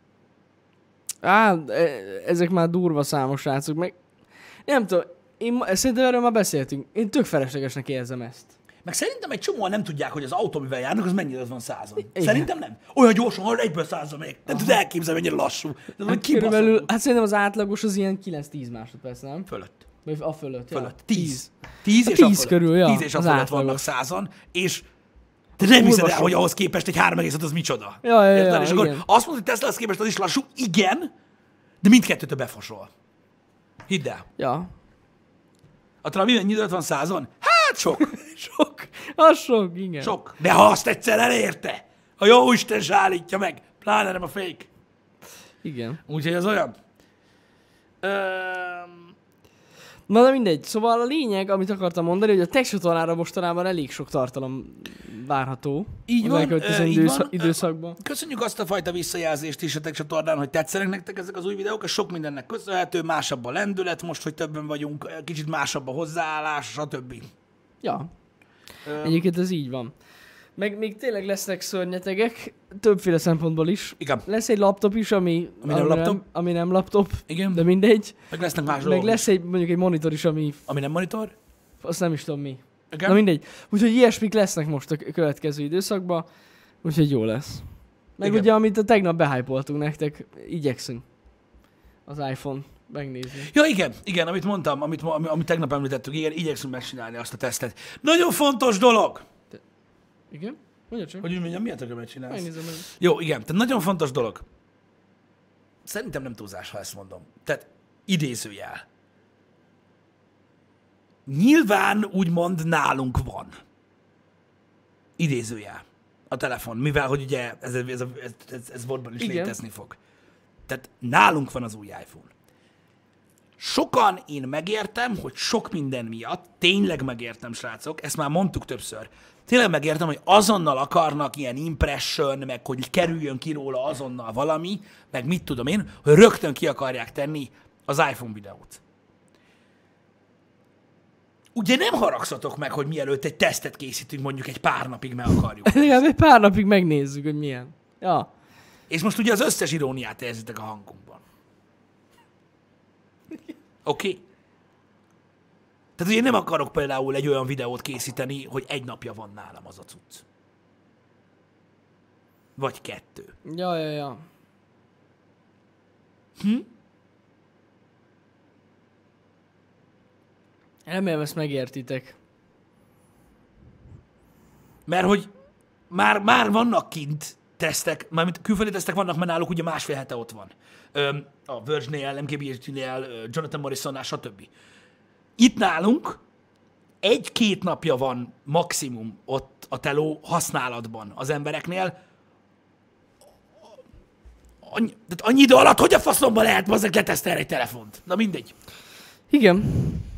Á, e- ezek már durva számos srácok, meg nem tudom, én ma- szerintem erről már beszéltünk. Én tök feleslegesnek érzem ezt. Meg szerintem egy csomóan nem tudják, hogy az autó, amivel járnak, az mennyire az van százon. Igen. Szerintem nem. Olyan gyorsan hal, egyből százon még. Nem tudod elképzelni, mennyire lassú. De Hát körülbelül, hát szerintem az átlagos az ilyen kilenc-tíz másodperc, nem? Fölött. Vagy a fölött. Fölött. Ja. Tíz. Tíz és tíz a fölött. körül, ja, Tíz és a az fölött átlagos. vannak százan, és te nem hiszed el, sok. hogy ahhoz képest egy három egész öt az micsoda. Ja, ja, Érted? ja, És akkor igen. azt mondod, hogy Tesla-hoz képest az is lassú, igen, de mindkettőt befosol. Hidd el. Ja. Attól mi mennyi időt van százon? Hát sok. Sok. Az sok, igen. Sok. De ha azt egyszer elérte, a jó Isten se állítja meg. Pláne nem a fake. Igen. Úgyhogy ez olyan. Öm... Na de mindegy. Szóval a lényeg, amit akartam mondani, hogy a tech csatornára mostanában elég sok tartalom várható. Így az van, elkövetkező ö, így idősz- van. időszakban. Köszönjük azt a fajta visszajelzést is a tech csatornán, hogy tetszenek nektek ezek az új videók, és sok mindennek köszönhető, másabb a lendület, most, hogy többen vagyunk, kicsit másabb a hozzáállás, stb. Ja. Öm, Egyébként ez így van. Meg még tényleg lesznek szörnyetegek, többféle szempontból is. Igen. Lesz egy laptop is, ami, Ami nem ami laptop. Nem, ami nem laptop, Igen, de mindegy. meg lesznek más Meg dolgok lesz egy, mondjuk egy monitor is, ami, is. Ami nem monitor. azt nem is tudom mi. Igen. Na mindegy. Úgyhogy ilyesmik lesznek most a következő időszakban, úgyhogy jó lesz. Meg Igen. ugye, amit a tegnap behypoltunk nektek, igyekszünk az iPhone megnézni. Ja, igen, igen, amit mondtam, amit, ma- amit tegnap említettük, igen, igyekszünk megcsinálni azt a tesztet. Nagyon fontos dolog! Igen? Mondja csak. Hogy úgy mondjam, miért tökre megcsinálsz? Megnézem meg. Jó, igen, tehát nagyon fontos dolog. Szerintem nem túlzás, ha ezt mondom. Tehát idézőjel. Nyilván úgymond nálunk van. Idézőjel. A telefon, mivel hogy ugye ez, ez, ez, ez, ez boltban is Igen. létezni fog. Tehát nálunk van az új iPhone. Sokan én megértem, hogy sok minden miatt, tényleg megértem, srácok, ezt már mondtuk többször, tényleg megértem, hogy azonnal akarnak ilyen impression, meg hogy kerüljön ki róla azonnal valami, meg mit tudom én, hogy rögtön ki akarják tenni az iPhone videót. Ugye nem haragszatok meg, hogy mielőtt egy tesztet készítünk, mondjuk egy pár napig meg akarjuk. Legalább egy pár napig megnézzük, hogy milyen. Ja. És most ugye az összes iróniát érzitek a hangunkban. Oké? Okay? Tehát ugye nem akarok például egy olyan videót készíteni, hogy egy napja van nálam az a cucc. Vagy kettő. Ja, ja, ja. Hm? Remélem ezt megértitek. Mert hogy már, már vannak kint tesztek, mármint külföldi tesztek vannak, mert náluk ugye másfél hete ott van. Öm, a Verge-nél, em ká bé há té-nél, Jonathan Morrisonnál, stb. Itt nálunk egy-két napja van maximum ott a teló használatban az embereknél. Annyi, tehát annyi idő alatt, hogy a faszomban lehet bazzeg letesztelni egy telefont? Na mindegy. Igen.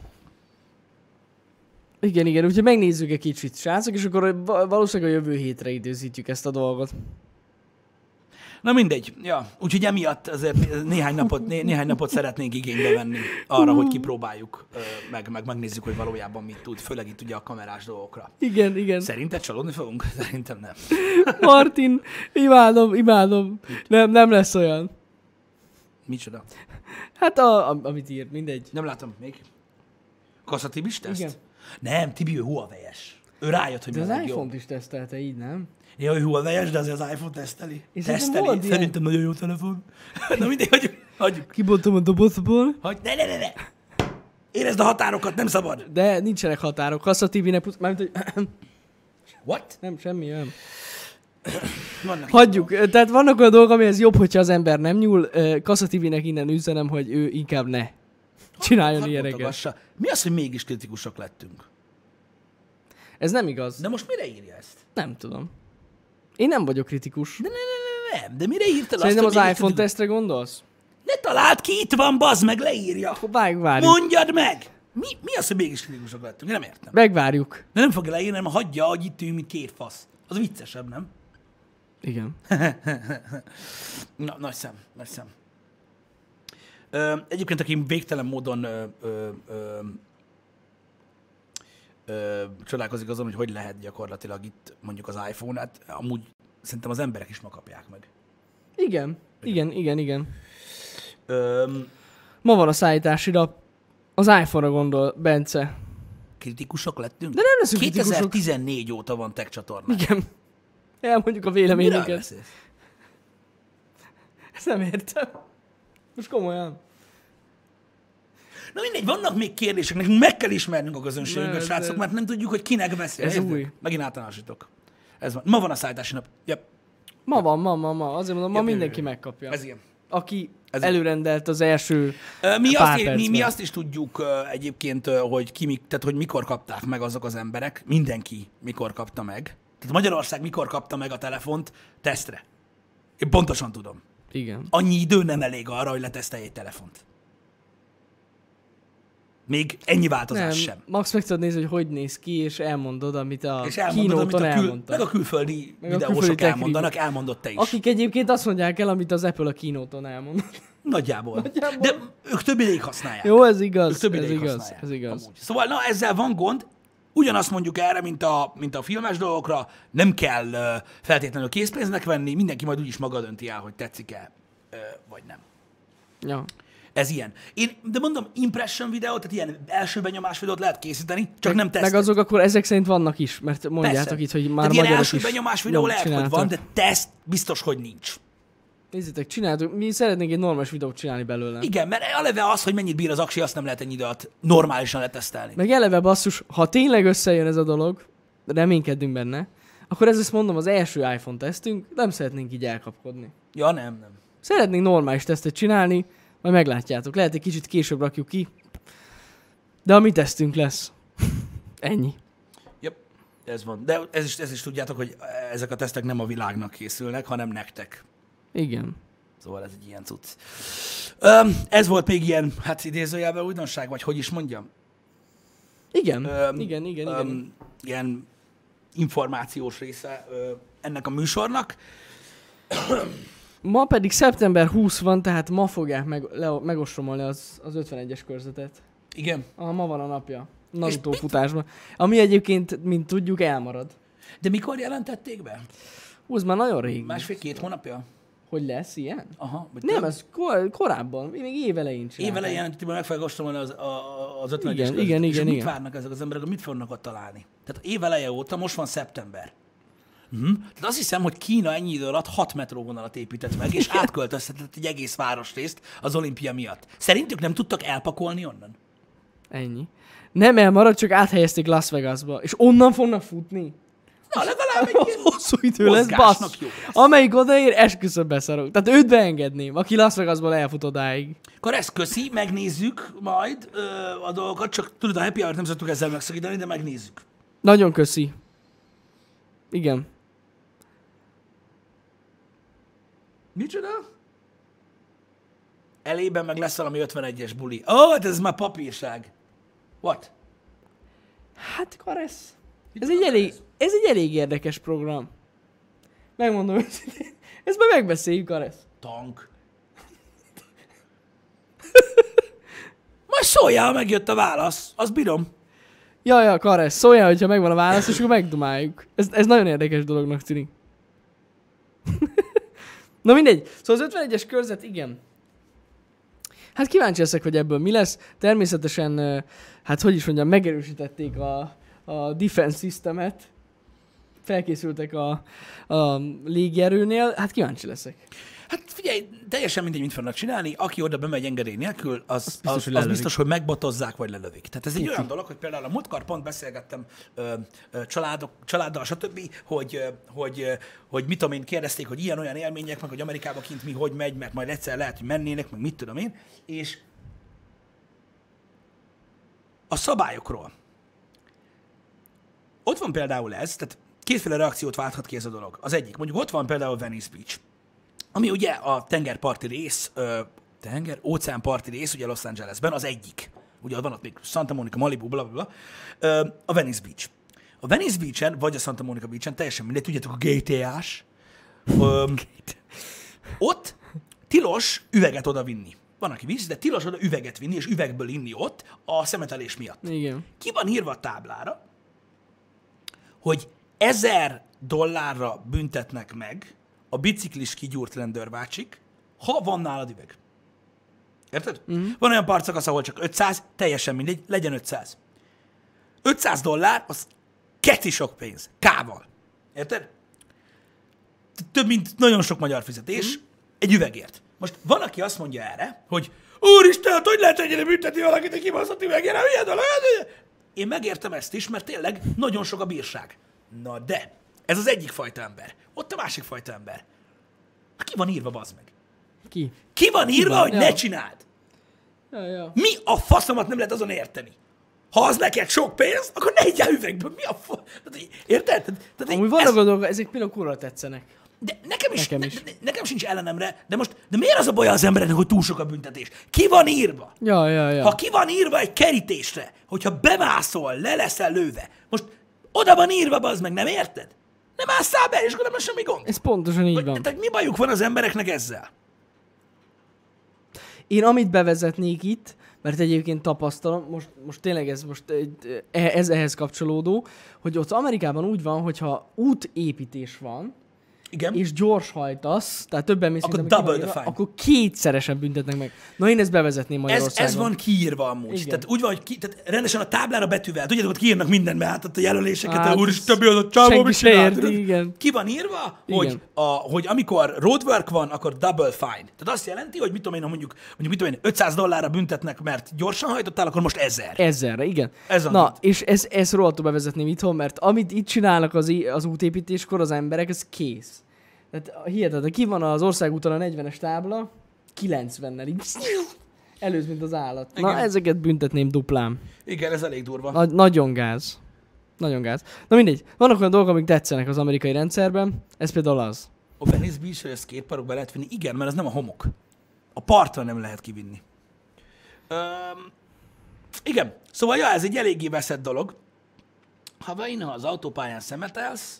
Igen, igen, úgyhogy megnézzük egy kicsit, srácok, és akkor va- valószínűleg a jövő hétre időzítjük ezt a dolgot. Na mindegy, ja. Úgyhogy emiatt azért néhány napot, né, néhány napot szeretnénk igénybe venni arra, hogy kipróbáljuk, ö, meg, meg megnézzük, hogy valójában mit tud, főleg itt ugye a kamerás dolgokra. Igen, igen. Szerinted csalódni fogunk? Szerintem nem. Martin, imádom, imádom. Nem, nem lesz olyan. Micsoda? Hát a, a, amit írt, mindegy. Nem látom még. Kassa Tibis teszt? Igen. Nem, Tibi ő Huawei-es. Ő rájött, hogy De mi a az legjobb. iPhone-t is tesztelte, így nem? Ja, ő Huawei-es, de azért az iPhone teszteli. És szerintem Teszteli. volt ilyen- Szerintem nagyon jó telefon. Na mindegy, hagyjuk. hagyjuk. Kibontom a dobozból. Hagy... Ne, ne, ne, ne. Érezd a határokat, nem szabad. De nincsenek határok. Kassa té vének, pusz... mármint, hogy What? nem, semmi, nem. Vannak Hagyjuk. Tehát vannak olyan dolgok, amihez jobb, hogyha az ember nem nyúl. Kassa té vének innen üzenem, hogy ő inkább ne csináljon Hadd ilyeneket. mutatassa. Mi az, hogy mégis kritikusak lettünk? Ez nem igaz. De most mire írja ezt? Nem tudom. Én nem vagyok kritikus. De ne, ne, ne, nem. De mire írtad Szerintem azt, az hogy iPhone mégis tesztre gondolsz? kritikus- Ne találd ki, itt van, bazd meg, leírja. Akkor várjuk, várjuk. Mondjad meg! Mi, mi az, hogy mégis kritikusok lettünk? Én nem értem. Megvárjuk. De nem fogja leírni, hanem hagyja, hogy itt ülünk, mint két fasz. Az viccesebb, nem? Igen. Na, nagy szem, nagy szem. Ö, egyébként, aki végtelen módon ö, ö, ö, ö, csodálkozik azon, hogy hogy lehet gyakorlatilag itt mondjuk az iPhone-et, amúgy szerintem az emberek is ma kapják meg. Igen. Igen, igen, igen. Ö, Ma van a szállítási nap. Az iPhone-ra gondol, Bence. kritikusok lettünk? De nem leszünk kritikusok. kétezer-tizennégy óta van tech csatornán. Igen. Elmondjuk a Miről véleményünket. beszélsz? Ezt nem értem. Most komolyan. Na mindegy, vannak még kérdések, nekünk meg kell ismernünk a közönségünket, Ne, srácok, de- mert nem tudjuk, hogy kinek beszél. Ez Érted? új. Megint általánosítok. Ez van. Ma van a szállítási nap. Yep. Ma van, ma, ma, ma. Azért mondom, ma Jep, jep, mindenki jep. megkapja. Ez ilyen. Aki Ez- előrendelt az első Ö, Mi pár azt, mi, mi percben. azt is tudjuk ö, egyébként, ö, hogy, ki, mi- tehát, hogy mikor kapták meg azok az emberek, mindenki mikor kapta meg. Tehát Magyarország mikor kapta meg a telefont tesztre. Én pontosan tudom. Igen. Annyi idő nem elég arra, hogy letesztelj egy telefont. Még ennyi változás Nem, sem. max meg tudod nézni, hogy hogy néz ki, és elmondod, amit a És elmondod, amit kínóton a, kül, elmondta. meg a külföldi Meg a videósok külföldi elmondanak, elmondott te is. Akik egyébként azt mondják el, amit az Apple a kínóton elmondott. Nagyjából. Nagyjából. De ők több ideig használják. Jó, ez Ők igaz, több ez ideig igaz, használják. ez igaz. Amúgy. Szóval na, ezzel van gond. Ugyanazt mondjuk erre, mint a, mint a filmes dolgokra, nem kell uh, feltétlenül készpénznek venni, mindenki majd úgyis maga dönti el, hogy tetszik-e, uh, vagy nem. Ja. Ez ilyen. Én, de mondom, impression videót, tehát ilyen első benyomás videót lehet készíteni, csak nem Meg tesztet. azok akkor ezek szerint vannak is, mert mondjátok Persze. itt, hogy már tehát ilyen magyarok első is benyomás videó jó lehet, hogy csináltak. van, de teszt biztos, hogy nincs. Nézzétek, csináltuk, mi szeretnénk egy normális videót csinálni belőle. Igen, mert eleve az, hogy mennyit bír az aksi, azt nem lehet ennyi idő alatt normálisan letesztelni. Meg eleve basszus, ha tényleg összejön ez a dolog, reménykedünk benne, akkor ez ezt mondom, az első iPhone tesztünk, nem szeretnénk így elkapkodni. Ja, nem, nem. Szeretnénk normális tesztet csinálni, majd meglátjátok. Lehet, egy kicsit később rakjuk ki, de a mi tesztünk lesz. Ennyi. Yep, ez van. De ez is, ez is tudjátok, hogy ezek a tesztek nem a világnak készülnek, hanem nektek. Igen. Szóval ez egy ilyen cucc. Öm, ez volt még ilyen, hát idézőjelben újdonság, vagy hogy is mondjam? Igen, Öm, igen, igen, igen. öm, ilyen információs része ö, ennek a műsornak. Ma pedig szeptember huszadika van, tehát ma fogják meg, le, megostromolni az, az ötvenegyes körzetet. Igen. Ah, ma van a napja. Naruto futásban. Ami egyébként, mint tudjuk, elmarad. De mikor jelentették be? Hú, ez már nagyon rég. Másfél-két hónapja? Hogy lesz ilyen? Aha. Vagy Nem, több? ez kor- korábban, még évelején csinálták. Évelején jelentették, meg fogják ostromolni az, a- az ötvenegyes Igen, körzetet. igen, És igen, mit igen. várnak ezek az emberek, mit fognak ott találni? Tehát éveleje óta, most van szeptember. Uh-huh. Tehát azt hiszem, hogy Kína ennyi idő alatt hat metróvonalat épített meg, és átköltöztetett egy egész városrészt az olimpia miatt. Szerintük nem tudtak elpakolni onnan? Ennyi. Nem elmarad, csak áthelyezték Las Vegasba, és onnan fognak futni. Na, legalább egy ilyen Hosszú idő lesz, mozgásnak bassz. jó lesz. Amelyik odaér, esküszöm beszarok. Tehát őt beengedném, aki Las Vegasból elfut odáig. Akkor ezt köszi, megnézzük majd ö, a dolgokat, csak tudod, a happy hour-t nem szoktuk ezzel megszakítani, de megnézzük. Nagyon köszi. Igen. Micsoda? Elében meg lesz valami ötvenegyes buli. Ó, oh, hát ez már papírság. What? Hát, Karesz. Ez egy elég, ez egy elég érdekes program. Megmondom őszintén. Ezt már megbeszéljük, Karesz. Tank. Majd szóljál, ha megjött a válasz. Azt bírom. Ja, ja, Karesz, szóljál, hogyha megvan a válasz, és akkor megdumáljuk. Ez, ez nagyon érdekes dolognak tűnik. Na mindegy. Szóval az ötvenegyes körzet, igen. Hát kíváncsi leszek, hogy ebből mi lesz. Természetesen, ö, hát hogy is mondjam, megerősítették a, a defense systemet. Felkészültek a, a légierőnél. Hát kíváncsi leszek. Hát figyelj, teljesen mindegy, mit fognak csinálni. Aki oda bemegy engedély nélkül, az, az, biztos, az, hogy az lelövik. biztos, hogy megbotozzák, vagy lelövik. Tehát ez egy Tuti. olyan dolog, hogy például a múltkor pont beszélgettem ö, ö, családok, családdal, stb., hogy, ö, hogy, ö, hogy mit tudom én, kérdezték, hogy ilyen-olyan élmények, meg hogy Amerikában kint mi hogy megy, mert majd egyszer lehet, hogy mennének, meg mit tudom én. És a szabályokról. Ott van például ez, tehát kétféle reakciót válthat ki ez a dolog. Az egyik, mondjuk ott van például Venice Beach, ami ugye a tengerparti rész, ö, tenger, óceánparti rész, ugye Los Angelesben, az egyik. Ugye van ott még Santa Monica, Malibu, bla, bla, bla. Ö, a Venice Beach. A Venice Beach-en, vagy a Santa Monica Beach-en, teljesen mindegy, tudjátok, a gé té á-s, ö, ott tilos üveget oda vinni. Van, aki visz, de tilos oda üveget vinni, és üvegből inni ott a szemetelés miatt. Igen. Ki van írva a táblára, hogy ezer dollárra büntetnek meg a biciklis kigyúrt rendőrbácsik, ha van nálad üveg. Érted? Mm. Van olyan partszakasz, ahol csak ötszáz, teljesen mindegy, legyen ötszáz. ötszáz dollár, az keti sok pénz. Kával. Érted? Több mint nagyon sok magyar fizetés mm. egy üvegért. Most van, aki azt mondja erre, hogy úristen, hát hogy lehet ennyire büntetni valakit, hogy kibaszott üveggel, milyen dolog? Én megértem ezt is, mert tényleg nagyon sok a bírság. Na de, ez az egyik fajta ember. Ott a másik fajta ember. Hát ki van írva, bazd meg? Ki? Ki van írva, van? hogy Ja. ne csináld? Ja, ja. Mi a faszomat nem lehet azon érteni? Ha az neked sok pénz, akkor ne egyál üvegből. Mi a fa... Tehát, érted? Tehát, tehát, Amúgy vannak ez... dolgok, ezek például kurva tetszenek. De nekem is, Nekem ne, is. Ne, nekem sincs ellenemre, de most, de miért az a baj az embereknek, hogy túl sok a büntetés? Ki van írva? Ja, ja, ja. Ha ki van írva egy kerítésre, hogyha bemászol, le leszel lőve, most oda van írva, bazd meg, nem érted? Nem ásszál be, és akkor nem lesz semmi gond. Ez pontosan így Vagy, van. tehát mi bajuk van az embereknek ezzel? Én amit bevezetnék itt, mert egyébként tapasztalom, most, most tényleg ez, most egy- ez ehhez kapcsolódó, hogy ott Amerikában úgy van, hogyha útépítés van, Igen? és gyors hajtasz, tehát többen mész, Akkor mint ami double ki van the írva, fine. akkor kétszeresen büntetnek meg. Na én ezt bevezetném Ez, Magyarországon. ez van kiírva amúgy. Igen. Tehát úgy van, hogy ki, tehát rendesen a táblára betűvel. Tudjátok, hogy kiírnak mindenbe hát ott a jelöléseket, Hát, hát, úr is többi az a csávó, senki mit se csinál, érti, tudod? igen. Ki van írva, Igen. hogy, a, hogy amikor roadwork van, akkor double fine. Tehát azt jelenti, hogy mit tudom én, ha mondjuk, mondjuk mit tudom én, ötszáz dollárra büntetnek, mert gyorsan hajtottál, akkor most ezer. Ezerre, igen. Ez a Na, gond. és ez, ez rohadtul bevezetném itthon, mert amit itt csinálnak az, í- az útépítéskor az emberek, ez kész. Tehát hihetetlen, ki van az országúton a negyvenes tábla, kilencvennel így előz, mint az állat. Na, Igen. ezeket büntetném duplán. Igen, ez elég durva. Nagy, nagyon gáz. Nagyon gáz. Na mindegy, vannak olyan dolgok, amik tetszenek az amerikai rendszerben, ez például az. A Venice Beach, hogy a skateparkba lehet vinni? Igen, mert ez nem a homok. A partra nem lehet kivinni. Öm, igen, szóval ja, ez egy eléggé veszett dolog. Ha vain, ha az autópályán szemetelsz,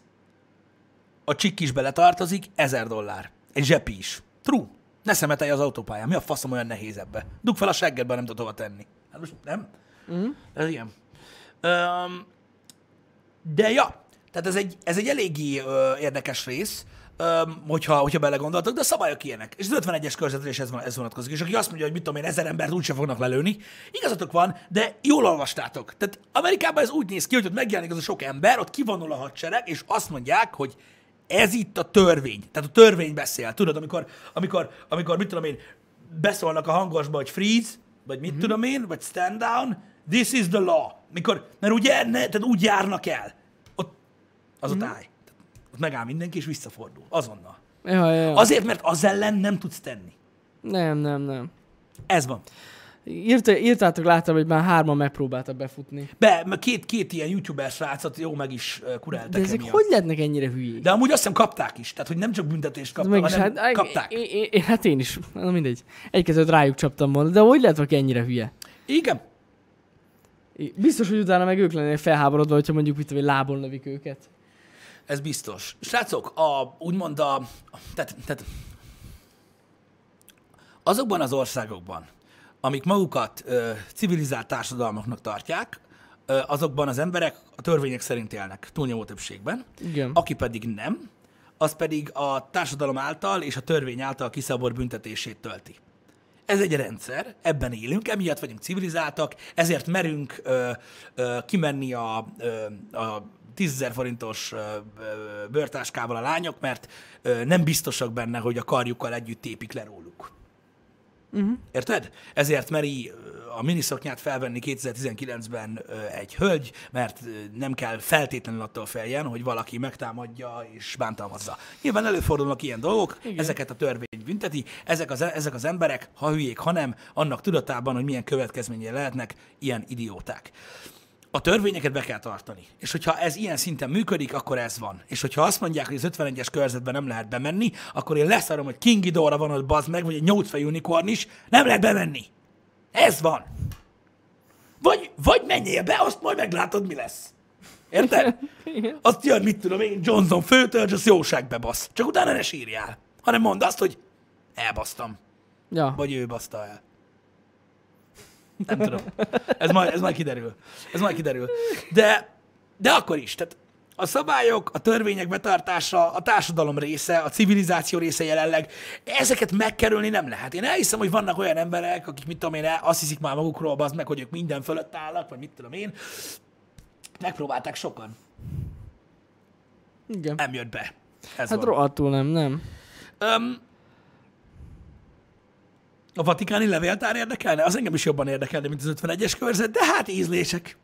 a csik is beletartozik, ezer dollár. Egy zsepi is. True. Ne szemetelj az autópályán. Mi a faszom olyan nehéz ebbe? Dugd fel a seggedbe, nem tudod hova tenni. Hát most nem? Mm. Ez ilyen. Öm, de ja, tehát ez egy, ez egy eléggé ö, érdekes rész, öm, hogyha, hogyha belegondoltok, de a szabályok ilyenek. És az ötvenegyes körzetre is ez, van, ez vonatkozik. És aki azt mondja, hogy mit tudom én, ezer embert úgyse fognak lelőni, igazatok van, de jól olvastátok. Tehát Amerikában ez úgy néz ki, hogy ott megjelenik az a sok ember, ott kivonul a hadsereg, és azt mondják, hogy ez itt a törvény. Tehát a törvény beszél. Tudod, amikor, amikor, amikor mit tudom én, beszólnak a hangosba, hogy freeze, vagy mit mm-hmm. tudom én, vagy stand down, this is the law. Mikor, mert ugye, ne, tehát úgy járnak el. Ott, az mm-hmm. ott állj. Ott megáll mindenki, és visszafordul. Azonnal. Ja, ja, ja. Azért, mert az ellen nem tudsz tenni. Nem, nem, nem. Ez van. Írt, írtátok, láttam, hogy már hárman megpróbáltak befutni. Be, mert két, két ilyen youtuber srácot jó meg is uh, kuráltak De ezek emiatt. hogy lehetnek ennyire hülyék? De amúgy azt hiszem kapták is. Tehát, hogy nem csak büntetést kaptak, Mégis, hanem hát, kapták. Én, én, én, hát én is. Na mindegy. Egy-kettőt rájuk csaptam volna. De hogy lehet valaki ennyire hülye? Igen. Biztos, hogy utána meg ők lennének felháborodva, hogyha mondjuk mit tudom, én, lábon lövik őket. Ez biztos. Srácok, a, úgymond a... Tehát, tehát azokban az országokban, amik magukat ö, civilizált társadalmaknak tartják, ö, azokban az emberek a törvények szerint élnek túlnyomó többségben. Igen. Aki pedig nem, az pedig a társadalom által és a törvény által kiszabott büntetését tölti. Ez egy rendszer, ebben élünk, emiatt vagyunk civilizáltak, ezért merünk ö, ö, kimenni a, ö, a tízezer forintos ö, ö, bőrtáskával a lányok, mert ö, nem biztosak benne, hogy a karjukkal együtt tépik le róluk. Uh-huh. Érted? Ezért meri a miniszoknyát felvenni kétezer-tizenkilencben egy hölgy, mert nem kell feltétlenül attól féljen, hogy valaki megtámadja és bántalmazza. Nyilván előfordulnak ilyen dolgok, igen. Ezeket a törvény bünteti, ezek az, ezek az emberek, ha hülyék, ha nem, annak tudatában, hogy milyen következményei lehetnek, ilyen idióták. A törvényeket be kell tartani. És hogyha ez ilyen szinten működik, akkor ez van. És hogyha azt mondják, hogy az ötvenegyes körzetben nem lehet bemenni, akkor én leszarom, hogy King Ghidorah van ott, bazd meg, vagy egy nyolcfejű unikorn is, nem lehet bemenni. Ez van. Vagy, vagy menjél be, azt majd meglátod, mi lesz. Érted? Azt jön, mit tudom én, Johnson főtörzs, az jóságbe basz. Csak utána ne sírjál. Hanem mondd azt, hogy elbasztam. Ja. Vagy ő baszta el. Nem tudom. Ez majd, ez majd kiderül. Ez majd kiderül. De, de akkor is. Tehát a szabályok, a törvények betartása, a társadalom része, a civilizáció része jelenleg, ezeket megkerülni nem lehet. Én elhiszem, hogy vannak olyan emberek, akik, mit tudom én, azt hiszik már magukról, bazd meg, hogy ők minden fölött állnak, vagy mit tudom én. Megpróbálták sokan. Igen. Nem jött be. Ez Hát van. rohadtul nem, nem. Um, A vatikáni levéltár érdekelne? Az engem is jobban érdekelne, mint az ötvenegyes körzet, de hát ízlések.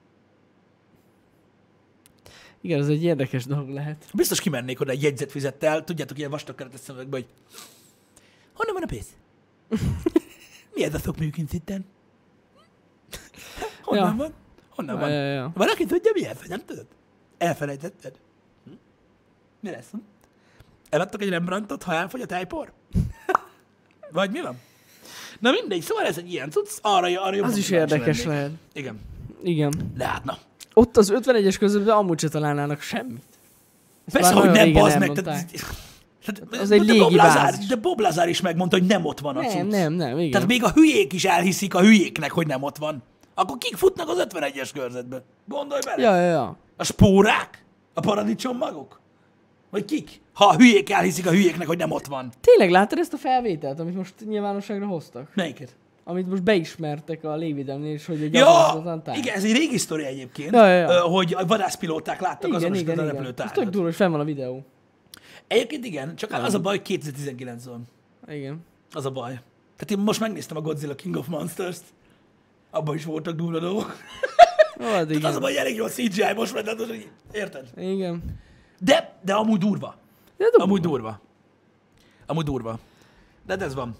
Igen, ez egy érdekes dolog lehet. Biztos kimennék oda egy jegyzetfüzettel, tudjátok, ilyen vastag keretes szemüvegbe, hogy honnan van a pénz? Mi ez a sok műkinc itten? Honnan Ja. van? Honnan Ja, van? ja, ja. Valaki tudja, mi ez? Nem tudod? Elfelejtetted? Hm? Mi lesz? Hm? Eladtak egy Rembrandtot, ha elfogy a tejpor? Vagy mi van? Na mindegy, szóval ez egy ilyen cucc, arra, arra jobban Az is kíváncsi érdekes lennék. lehet. Igen. Igen. De hát na. Ott az ötvenegyes közöttben amúgy se találnának semmit. Ezt Persze, már hogy nagyon nem, régen bazd meg. elmondták. Tehát, tehát, Az egy de légi Bob Lazar, bázis. de Bob Lazar is megmondta, hogy nem ott van a Nem, cucc. nem, nem, igen. Tehát még a hülyék is elhiszik a hülyéknek, hogy nem ott van. Akkor kik futnak az ötvenegyes körzetbe? Gondolj bele. Ja, ja, ja. A spórák? A paradicsommagok? Vagy kik? Ha a hülyék elhiszik a hülyéknek, hogy nem ott van. Tényleg láttad ezt a felvételt, amit most nyilvánosságra hoztak? Melyiket? Amit most beismertek a légvédelmnél, és hogy egy Ja, gyakorlatlan tár. igen, ez egy régi sztori egyébként, Ja, ja, ja. ö, hogy a vadászpilóták láttak Igen, azonosított igen, a igen. Ez repülőtárgyat. tök durva, hogy fenn van a videó. Egyébként igen, csak az a baj, hogy kétezer-tizenkilenc van. Igen. Az a baj. Tehát én most megnéztem a Godzilla King of Monsters-t, abban is voltak durva dolgok. Ó, hát Tehát az a igen. baj, hogy elég jó a cé gé í most, mert hát az, hogy érted? Igen. De, de amúgy durva. Ja, durva. Amúgy durva. Amúgy durva. De ez van.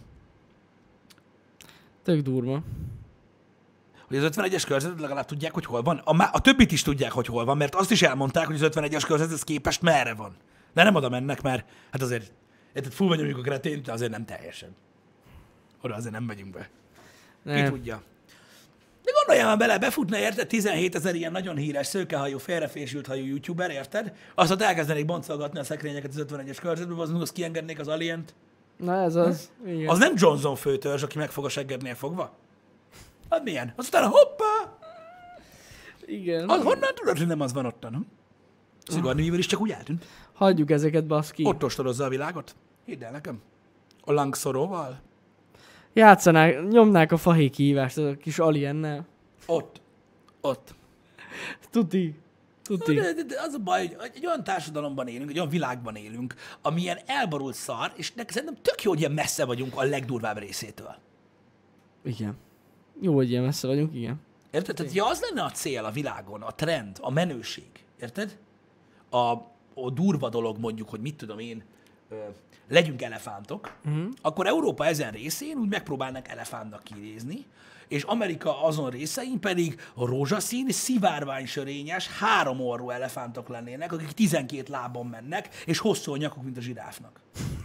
Tök durva. Hogy az ötvenegyes körzetet legalább tudják, hogy hol van. A, má- a többit is tudják, hogy hol van, mert azt is elmondták, hogy az ötvenegyes körzethez képest merre van. De nem oda mennek, mert hát azért, érted, full vagyunk a kretént, de azért nem teljesen. Oda azért nem megyünk be. Ki Nem. tudja. De gondoljál már bele, befutna, érted, tizenhét ezer ilyen nagyon híres, szőkehajú, félrefésült hajú youtuber, érted? Azt ott elkezdenék boncolgatni a szekrényeket az ötvenegyes körzetbe, az azt kiengednék az Alient. Na ez az. Igen. Az nem Johnson főtörzs, aki meg fog a seggednél fogva? Hát milyen? Aztán hoppá! Igen. Az honnan tudod, hogy nem az van ottan? Hm? Sigourney Weaver is csak úgy eltűnt. Hagyjuk ezeket, baszki. Ott ostorozza a világot. Hidd el nekem. A langszoróval. Játszanák, nyomnák a fahéj kihívást a kis aliennel. Ott. Ott. Tuti. Tuti. De, de, de az a baj, hogy egy olyan társadalomban élünk, egy olyan világban élünk, ami ilyen elborult szar, és nekem szerintem tök jó, hogy ilyen messze vagyunk a legdurvább részétől. Igen. Jó, hogy ilyen messze vagyunk, igen. Érted? Tehát, ja, az lenne a cél a világon, a trend, a menőség. Érted? A, a durva dolog mondjuk, hogy mit tudom én, ö, legyünk elefántok, uh-huh. akkor Európa ezen részén úgy megpróbálnak elefántnak kinézni, és Amerika azon részein pedig a rózsaszín, szivárványsörényes, három orrú elefántok lennének, akik tizenkét lábon mennek, és hosszú a nyakuk, mint a zsiráfnak.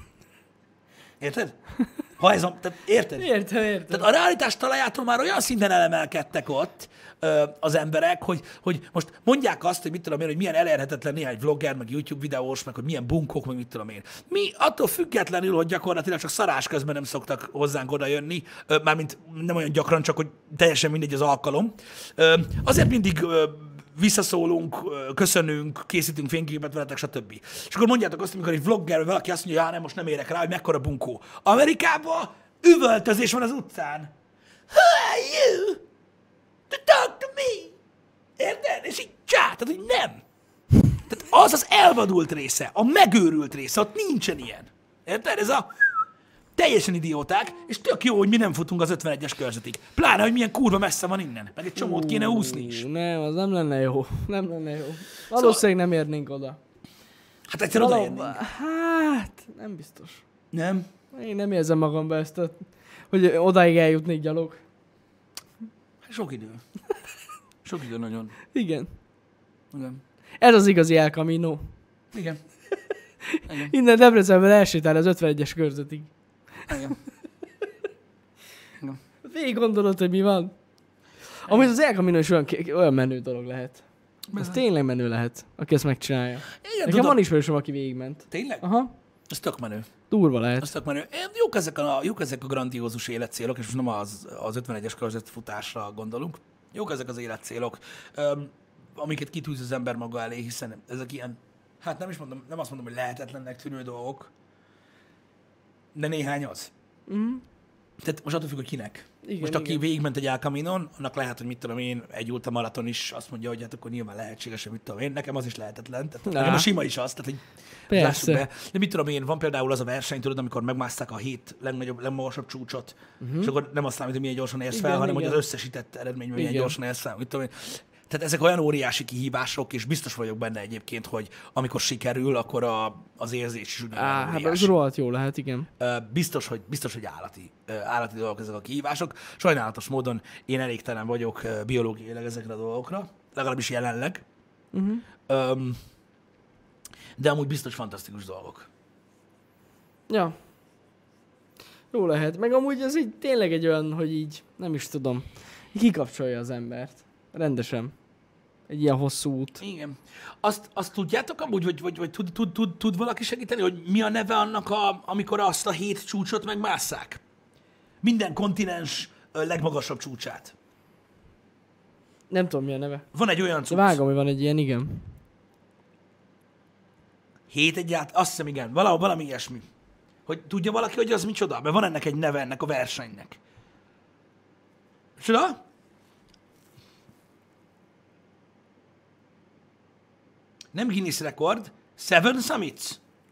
Érted? Ha ez a, tehát érted? Értem, értem. Tehát a realitás talajától már olyan szinten elemelkedtek ott ö, az emberek, hogy, hogy most mondják azt, hogy mit tudom én, hogy milyen elérhetetlen néhány vlogger, meg YouTube videós, meg hogy milyen bunkok, meg mit tudom én. Mi attól függetlenül, hogy gyakorlatilag csak szarás közben nem szoktak hozzánk oda jönni, ö, mármint nem olyan gyakran, csak hogy teljesen mindegy az alkalom. Ö, azért mindig ö, visszaszólunk, ö, köszönünk, készítünk fényképet veletek, stb. És akkor mondjátok azt, amikor egy vlogger, vagy valaki azt mondja, hogy nem, most nem érek rá, hogy mekkora bunkó. Amerikában üvöltözés van az utcán. Who are you to talk to me? Érted? És így csá, tehát hogy nem. Tehát az az elvadult része, a megőrült része, ott nincsen ilyen. Érted? Ez a teljesen idióták, és tök jó, hogy mi nem futunk az ötvenegyes körzetig. Pláne, hogy milyen kurva messze van innen. Meg egy csomót kéne úszni is. Ú, Nem, az nem lenne jó. Nem lenne jó. Valószínűleg nem érnénk oda. Hát egyszer Valahol- odaérnénk. Hát, nem biztos. Nem? Én nem érzem magamba ezt, a, hogy odáig eljutnék gyalog. Hát sok idő. Sok idő nagyon. Igen. Igen. Ez az igazi El Camino. Igen. Igen. Innen Debrecenből elsétál az ötvenegyes körzetig. Igen. Igen. Végig gondolod, hogy mi van. Amúgy az El Camino is olyan, olyan menő dolog lehet. Ez tényleg menő lehet, aki ezt megcsinálja. Igen, Nekem tudom. van ismerősöm, aki végigment. Tényleg? Aha, Ez tök menő. durva lehet. Ez tök menő. Én- Jók ezek a, jók ezek a grandiózus életcélok, és most nem az, az ötvenegyes körzet futásra gondolunk. Jók ezek az életcélok, öm, amiket kitűz az ember maga elé, hiszen ezek ilyen, hát nem is mondom, nem azt mondom, hogy lehetetlennek tűnő dolgok, de néhány az. Mm. Tehát most attól függ, hogy kinek. Igen, Most aki igen. végigment egy El Caminon, annak lehet, hogy mit tudom én, egy ultramaraton is azt mondja, hogy hát akkor nyilván lehetséges, hogy mit tudom én. Nekem az is lehetetlen. Tehát nekem a sima is az, tehát hogy lássuk Persze. be. De mit tudom én, van például az a verseny, tudod, amikor megmászták a hét legnagyobb, legmagasabb csúcsot, uh-huh. és akkor nem azt számít, hogy milyen gyorsan érsz fel, Igen, hanem igen. hogy az összesített eredményben milyen Igen. gyorsan érsz fel. Mit tudom én. Tehát ezek olyan óriási kihívások, és biztos vagyok benne egyébként, hogy amikor sikerül, akkor a, az érzés is ugyanolyan Á, hát az óriási. rohadt jó lehet, igen. Ö, Biztos, hogy, biztos, hogy állati, ö, állati dolgok ezek a kihívások. Sajnálatos módon én elégtelen vagyok ö, biológiailag ezekre a dolgokra, legalábbis jelenleg. Uh-huh. Öm, de amúgy biztos fantasztikus dolgok. Ja. Jó lehet. Meg amúgy ez így tényleg egy olyan, hogy így, nem is tudom, kikapcsolja az embert. Rendesen. Egy ilyen hosszú út. Igen. Azt, azt tudjátok amúgy, vagy, vagy, vagy tud, tud, tud, tud valaki segíteni, hogy mi a neve annak, a, amikor azt a hét csúcsot megmásszák? Minden kontinens ö, legmagasabb csúcsát. Nem tudom, mi a neve. Van egy olyan De cucc. vágom, hogy van egy ilyen, igen. Hét egyáltalán, azt hiszem igen, valahol valami ilyesmi. Hogy tudja valaki, hogy az micsoda? Mert van ennek egy neve, ennek a versenynek. Micsoda? Nem Guinness rekord, Seven Summits.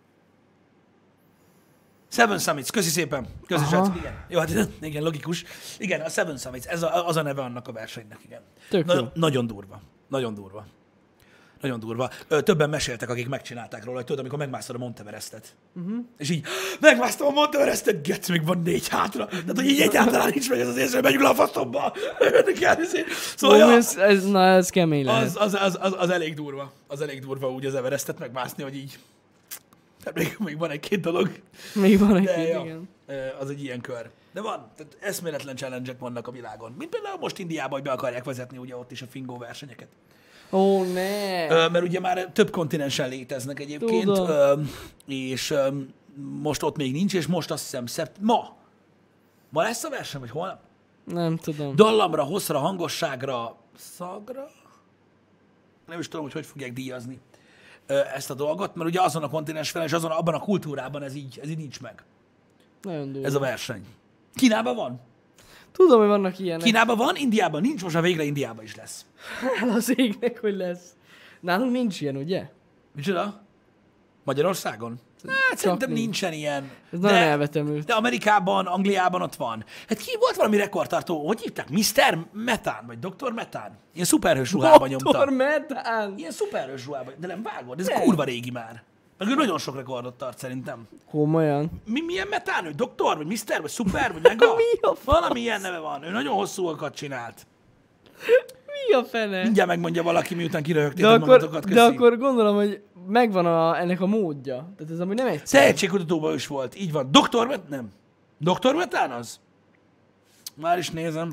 Seven Summits, köszi szépen. Köszi, Aha. srácok, igen. Jó, hát igen, logikus. Igen, a Seven Summits, ez a, az a neve annak a versenynek, igen. Tök jó. Nagyon durva. Nagyon durva. Nagyon durva. Ö, Többen meséltek, akik megcsinálták róla, hogy tudod, amikor megmásztad a Monteverestet. Uh-huh. És így, megmásztam a Monteverestet, getsz, még van négy hátra. Tehát, hogy így egyáltalán nincs meg ez az érzés, hogy megyünk le a faszomba. Szóval, Ó, ja, ez, ez, na, ez kemény lehet. az, az, az, az, az, elég durva. Az elég durva úgy az Everestet megmászni, hogy így. Tehát még, még van egy-két dolog. Még van egy De, két, ja, igen. ö, az egy ilyen kör. De van, tehát eszméletlen challenge-ek vannak a világon. Mint például most Indiában, hogy be akarják vezetni ugye ott is a fingó versenyeket. Ó, ne! Ö, mert ugye már több kontinensen léteznek egyébként, Tudom. ö, és ö, most ott még nincs, és most azt hiszem szept... Ma! Ma lesz a verseny, vagy holnap? Nem tudom. Dallamra, hosszra, hangosságra, szagra? Nem is tudom, hogy hogy fogják díjazni ö, ezt a dolgot, mert ugye azon a kontinensen és azon abban a kultúrában ez így, ez így nincs meg, Nagyon durva. ez a verseny. Kínában van. Tudom, hogy vannak ilyenek. Kínában van, Indiában nincs, most már végre Indiában is lesz. Hál' az égnek, hogy lesz. Nálunk nincs ilyen, ugye? Micsoda? Magyarországon? Hát szerintem nincs. nincsen ilyen. Ez nagyon elvetemült. De Amerikában, Angliában ott van. Hát ki volt valami rekordtartó? Hogy hívták? miszter Metán, vagy doktor Metán? Ilyen szuperhős ruhában nyomta. doktor Metán! Ilyen szuperhős ruhában. De nem vágod, ez Nem. kurva régi már. Meg ő nagyon sok rekordot tart szerintem. Komolyan. Mi, milyen Metán? Ő doktor, vagy miszter, vagy szuper, vagy mega? Mi a fasz? Valami ilyen neve van. Ő nagyon hosszúakat csinált. Mi a fene? Mindjárt megmondja valaki, miután kiröhögték De a akkor, mondatokat. de akkor gondolom, hogy megvan a, ennek a módja. Tehát ez amúgy nem egyszer. Tehetségkutatóban is volt. Így van. Doktor Met... Nem. Doktor Metán az? Már is nézem.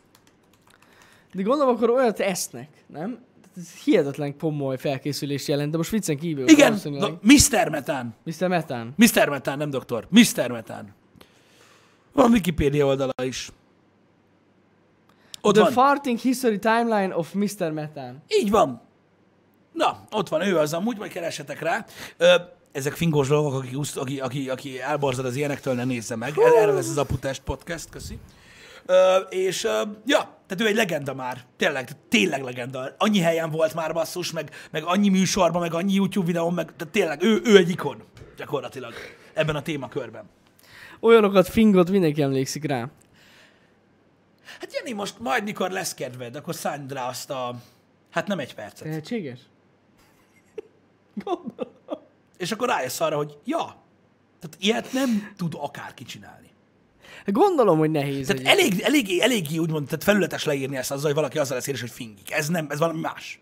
De gondolom, akkor olyat esznek, nem? Tehát ez hihetetlen komoly felkészülés jelent, de most viccen kívül. Igen, valószínűleg. do- miszter Metán. miszter Metán. miszter Metán, nem doktor. miszter Metán. Van Wikipédia oldala is. Ott The van. farting history timeline of miszter Metán. Így van. Na, ott van, ő az amúgy, majd keressetek rá. Ö, ezek fingós dolgok, aki, uszt- aki, aki, aki elborzad az ilyenektől, ne nézze meg. Er- Erre lesz az Aputest podcast, köszi. Ö, és ö, ja, tehát ő egy legenda már. Tényleg, tényleg legenda. Annyi helyen volt már basszus, meg, meg annyi műsorban, meg annyi YouTube videón, meg tehát tényleg ő, ő egy ikon gyakorlatilag ebben a témakörben. Olyanokat fingot mindenki emlékszik rá. Hát Jani, most majd mikor lesz kedved, akkor szányd rá azt a, hát nem egy percet. Tehetséges? Gondolom. És akkor rájössz arra, hogy ja, tehát ilyet nem tud akárki csinálni. Gondolom, hogy nehéz. Tehát egyébként. elég, elég, elég úgymond, tehát felületes leírni ezt azzal, hogy valaki azzal lesz éres, hogy fingik. Ez nem, ez valami más.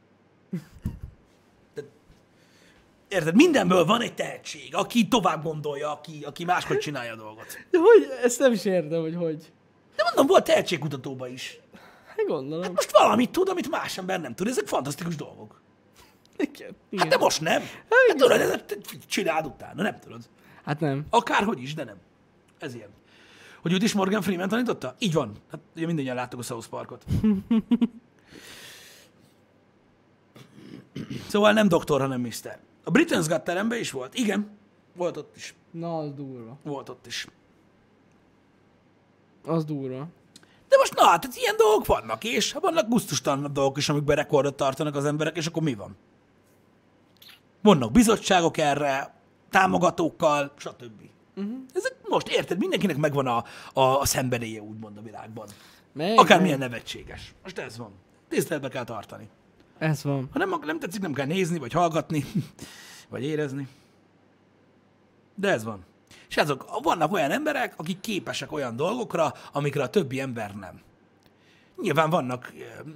Tehát, érted? Mindenből van egy tehetség, aki tovább gondolja, aki, aki máshogy csinálja a dolgot. De hogy? Ezt nem is értem, hogy hogy. De mondom, volt tehetségkutatóban is. Hát gondolom. Most valamit tud, amit más ember nem tud. Ezek fantasztikus dolgok. Igen. Hát de most nem. Hát tudod, ezt csináld utána, nem tudod. Hát nem. Akárhogy is, de nem. Ez ilyen. Hogy őt is Morgan Freeman tanította? Így van. Hát ugye mindannyian láttuk a South Parkot. Szóval nem doktor, hanem miszter. A Britain's Got Talentben is volt. Igen. Volt ott is. Na, az durva. Volt ott is. Az durva. De most na, tehát ilyen dolgok vannak, és vannak gusztustalanabb dolgok is, amikben rekordot tartanak az emberek, és akkor mi van? Vannak bizottságok erre, támogatókkal, stb. Uh-huh. Ezek most, érted, mindenkinek megvan a, a, a szenvedélye, úgymond a világban. Meg, Akármilyen nevetséges. Most ez van. Tiszteletbe kell tartani. Ez van. Ha nem, nem tetszik, nem kell nézni, vagy hallgatni, vagy érezni. De ez van. És azok, vannak olyan emberek, akik képesek olyan dolgokra, amikre a többi ember nem. Nyilván vannak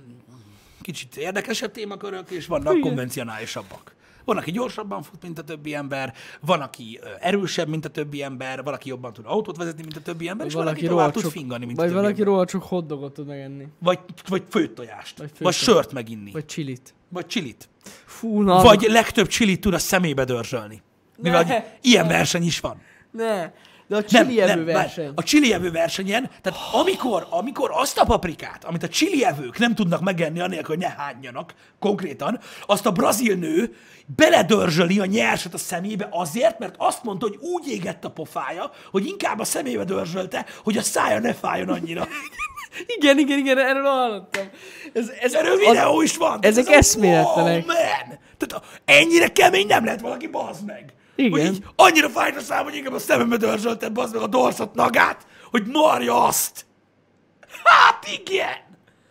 kicsit érdekesebb témakörök, és vannak Igen. konvencionálisabbak. Van, aki gyorsabban fut, mint a többi ember, van, aki erősebb, mint a többi ember, valaki jobban tud autót vezetni, mint a többi ember, és valaki tovább tud fingani, mint a vagy többi valaki ember. róla csak hotdogot tud megenni. Vagy, vagy főtt tojást, vagy, Vagy vagy főtt sört meginni, Vagy csilit. vagy csilit. Fú, na. Vagy legtöbb csilit tud a szemébe dörzsölni. Mivel Ne. ilyen verseny is van. Ne. De a csili evő várj, verseny. A csili evő versenyen, tehát amikor, amikor azt a paprikát, amit a csili evők nem tudnak megenni anélkül, hogy ne hányjanak konkrétan, azt a brazil nő beledörzsöli a nyerset a szemébe azért, mert azt mondta, hogy úgy égett a pofája, hogy inkább a szemébe dörzsölte, hogy a szája ne fájjon annyira. Igen, igen, igen, erről hallottam. Ez, ez Erről videó is van. Ezek ez a- eszméletlenek. Wow, man! Tehát a- ennyire kemény nem lehet valaki, bazd meg. Igen. Hogy így annyira fájt a szám, hogy inkább a szemembe dörzsöltem, bazd meg a dorszott nagát, hogy marja azt. Hát igen!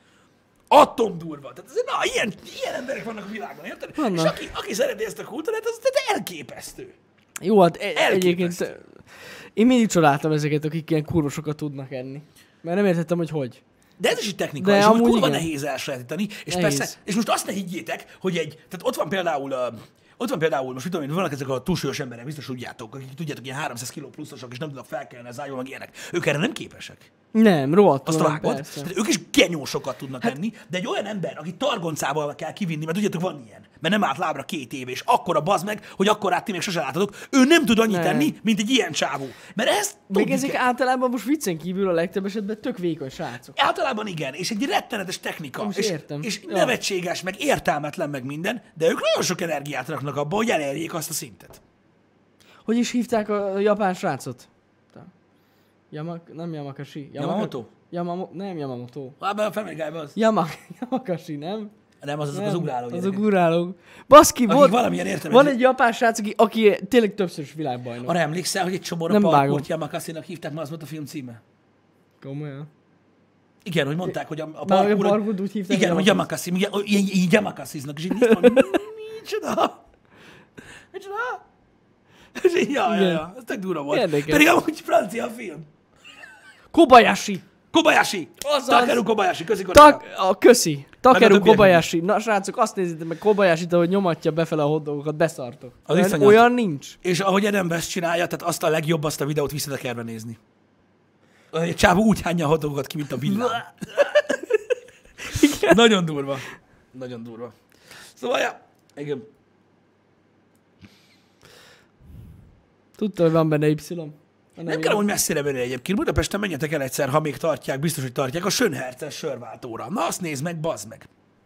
Atom durva. Tehát ez, na, ilyen, ilyen emberek vannak a világon, érted? Vannak. És aki, aki szereti ezt a kultúrát, az tehát elképesztő. Jó, hát e- Elképesztő. egyébként én mindig csodáltam ezeket, akik ilyen kurvosokat tudnak enni. Mert nem értettem, hogy hogy. De ez is egy technika, De és amúgy amúgy kurva igen. nehéz elsajátítani, és Nehéz. persze, és most azt ne higgyétek, hogy egy, tehát ott van például, uh, ott van például, most mit tudom én, vannak ezek a túlsúlyos emberek, biztos tudjátok, akik tudjátok, ilyen háromszáz kiló pluszosok, és nem tudnak felkelni az ágyból, meg ilyenek. Ők erre nem képesek. Nem, rohadt. Azt tudom, vágod? persze. Tehát ők is genyósokat tudnak hát, enni, de egy olyan ember, aki targoncával kell kivinni, mert tudjátok, van ilyen, mert nem állt lábra két év, és akkora bazd meg, hogy akkor át ti még sose láttatok, ő nem tud annyit Nem. enni, mint egy ilyen csávó. Mert ezt Még tudni ezek kell. általában most viccen kívül a legtöbb esetben tök vékony srácok. Általában igen, és egy rettenetes technika, Nem is és, értem. és Ja. nevetséges, meg értelmetlen, meg minden, de ők nagyon sok energiát raknak abba, hogy elérjék azt a szintet. Hogy is hívták a japán srácot? Ta- Yamak, nem Yamakashi. Yamamoto? Yamamo, nem Yamamoto. Hát a Family Guy-ban az. Yamak, Yamakashi, nem? Nem, az azok nem, az ugráló Azok gyerekek. ugrálók. Baszki, Akik volt, valamilyen értelmet- van egy japán srác, aki, aki tényleg többszörös világbajnok. Arra emlékszel, hogy egy csomóra Nem parkourt vágom. Yamakasi-nak hívták, ma az volt a film címe? Komolyan. Igen, hogy mondták, hogy a, a Már a parkour... parkourt úgy hívták, Igen, hogy hogy Yamakasi, igen, így, így Yamakasiznak, és így nézd van, micsoda? Micsoda? És így, ja, ja, Igen. ja, ez tök durva volt. Érdekes. Pedig amúgy francia film. Kobayashi. Kobayashi! Azaz. Takeru Kobayashi, köszi kollégám. Tak, a köszi. Meg a Takeru többiek Kobayashi. Na srácok, azt nézzétek meg Kobayashi-t, ahogy nyomatja befele a hotdogokat, beszartok. Az Olyan, iszonyat. olyan nincs. És ahogy Adam West csinálja, tehát azt a legjobb, azt a videót visszatekerve nézni. Egy csávó úgy hányja a hotdogokat ki, mint a villám. Nagyon durva. Nagyon durva. Szóval, ja, igen. Tudta, hogy van benne Y. A Nem kell, hogy messzire menni egyébként. Budapesten menjetek el egyszer, ha még tartják, biztos, hogy tartják, a Sönherces sörváltóra. Na, azt nézd meg, bazd meg.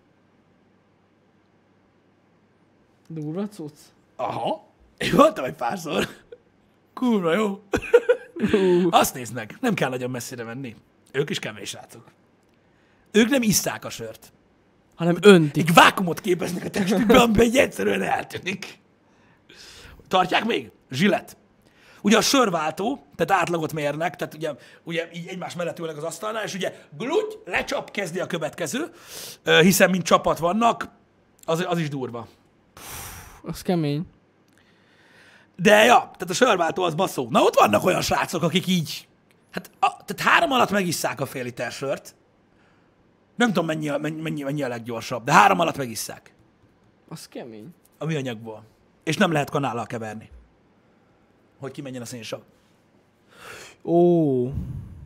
Durva cucc. Aha. Én voltam egy párszor. Kurva jó. Azt nézd meg. Nem kell nagyon messzire menni. Ők is kemény srácok. Ők nem isszák a sört. Hanem öntik. Egy vákumot képeznek a testükben, amiben egy egyszerűen eltűnik. Tartják még? Zsillet. Ugye a sörváltó, tehát átlagot mérnek, tehát ugye, ugye így egymás mellett ülnek az asztalnál, és ugye glúgy, lecsap, kezdi a következő, ö, hiszen mint csapat vannak, az, az is durva. Az kemény. De ja, tehát a sörváltó az baszó. Na ott vannak olyan srácok, akik így, hát a, tehát három alatt megisszák a fél liter sört. Nem tudom mennyi a, mennyi, mennyi a leggyorsabb, de három alatt megisszák. Az kemény. A műanyagból. És nem lehet kanállal keverni. Hogy kimenjen a szénsav. Ó.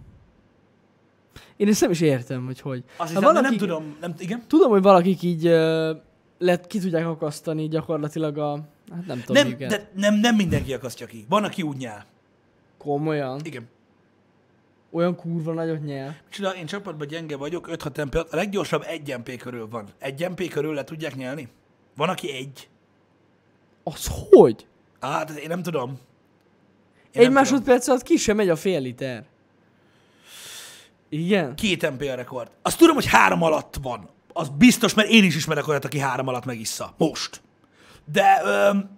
Én ezt nem is értem, hogy hogy. Azt Hát hiszem, van, de nem akik- tudom, nem, igen? Tudom, hogy valakik így uh, let, ki tudják akasztani gyakorlatilag a... Hát nem tudom, Nem, miket. de nem, nem mindenki akasztja ki. Van, aki úgy nyel. Komolyan. Igen. Olyan kurva nagyot nyel. Csinál, én csapatban gyenge vagyok, öt-hat em pé, a leggyorsabb egy em pé körül van. Egy em pé körül le tudják nyelni? Van, aki egy. Az hogy? Á, hát én nem tudom. Én Egy nem másodperc alatt ki sem megy a fél liter. tudom. Igen? Két em pé a rekord. Azt tudom, hogy három alatt van. Az biztos, mert én is ismerek olyat, aki három alatt megissza. Most. De, öm,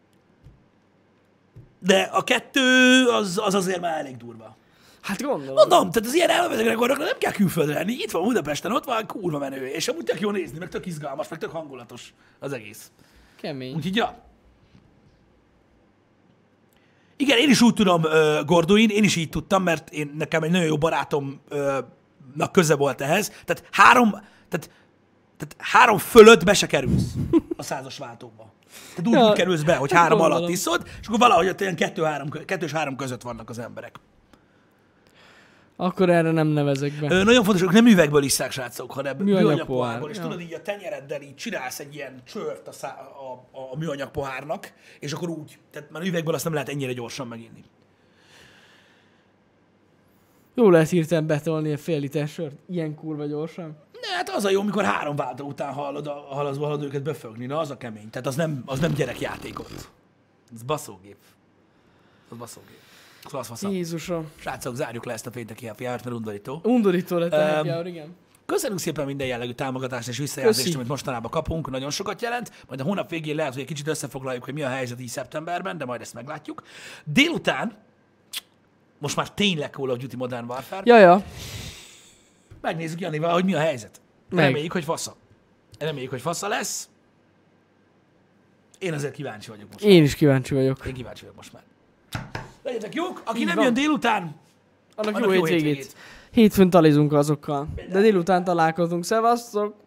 de a kettő az, az azért már elég durva. Hát gondolom. Mondom, tehát az ilyen elvezető rekordokra nem kell külföldre lenni. Itt van Budapesten, ott van, kurva menő. És amúgy tök jó nézni, meg tök izgalmas, meg tök hangulatos az egész. Kemény. Úgyhogy, ja. Igen, én is úgy tudom, uh, Gorduin, én is így tudtam, mert én, nekem egy nagyon jó barátomnak köze volt ehhez. Tehát három, tehát, tehát három fölött be se kerülsz a százas váltókba. Tehát úgy, Ja, úgy kerülsz be, hogy három gondolom. alatt iszod, és akkor valahogy ott ilyen kettő, három, kettő és három között vannak az emberek. Akkor erre nem nevezek be. Ö, nagyon fontos, hogy nem üvegből isszák, srácok, hanem Műanyag műanyag pohár, pohárból. És ja. tudod, így a tenyereddel így csinálsz egy ilyen csört a, szá- a, a, a műanyag pohárnak, és akkor úgy, tehát már üvegből azt nem lehet ennyire gyorsan meginni. Jó lehet hirtelen betolni a fél liter sört. Ilyen kurva gyorsan. Ne, hát az a jó, amikor három váltó után hallod, a, hallod, hallod őket befögni. Na, az a kemény. Tehát az nem, az nem gyerekjátékot. Ez baszógép. Az baszógép. Klassz fasza. Jézusom. Srácok, zárjuk le ezt a pénteki happy hour-t, mert undorító. Undorító lett a Öm, happy hour, igen. Köszönjük szépen minden jellegű támogatást és visszajelzést, Köszi. amit mostanában kapunk, nagyon sokat jelent. Majd a hónap végén lehet, hogy egy kicsit összefoglaljuk, hogy mi a helyzet így szeptemberben, de majd ezt meglátjuk. Délután, most már tényleg Call of Duty Modern Warfare, Ja, ja. megnézzük Janival, hogy mi a helyzet. Meg. Reméljük, hogy fasza. Reméljük, hogy fasza lesz. Én azért kíváncsi vagyok most. Én is kíváncsi vagyok. Én kíváncsi vagyok most már. Legyetek jók, aki Így nem van. jön délután, Annak annak jó jó hétvégét. hétvégét. Hétfőn talizunk azokkal. De délután találkozunk. Szevasztok!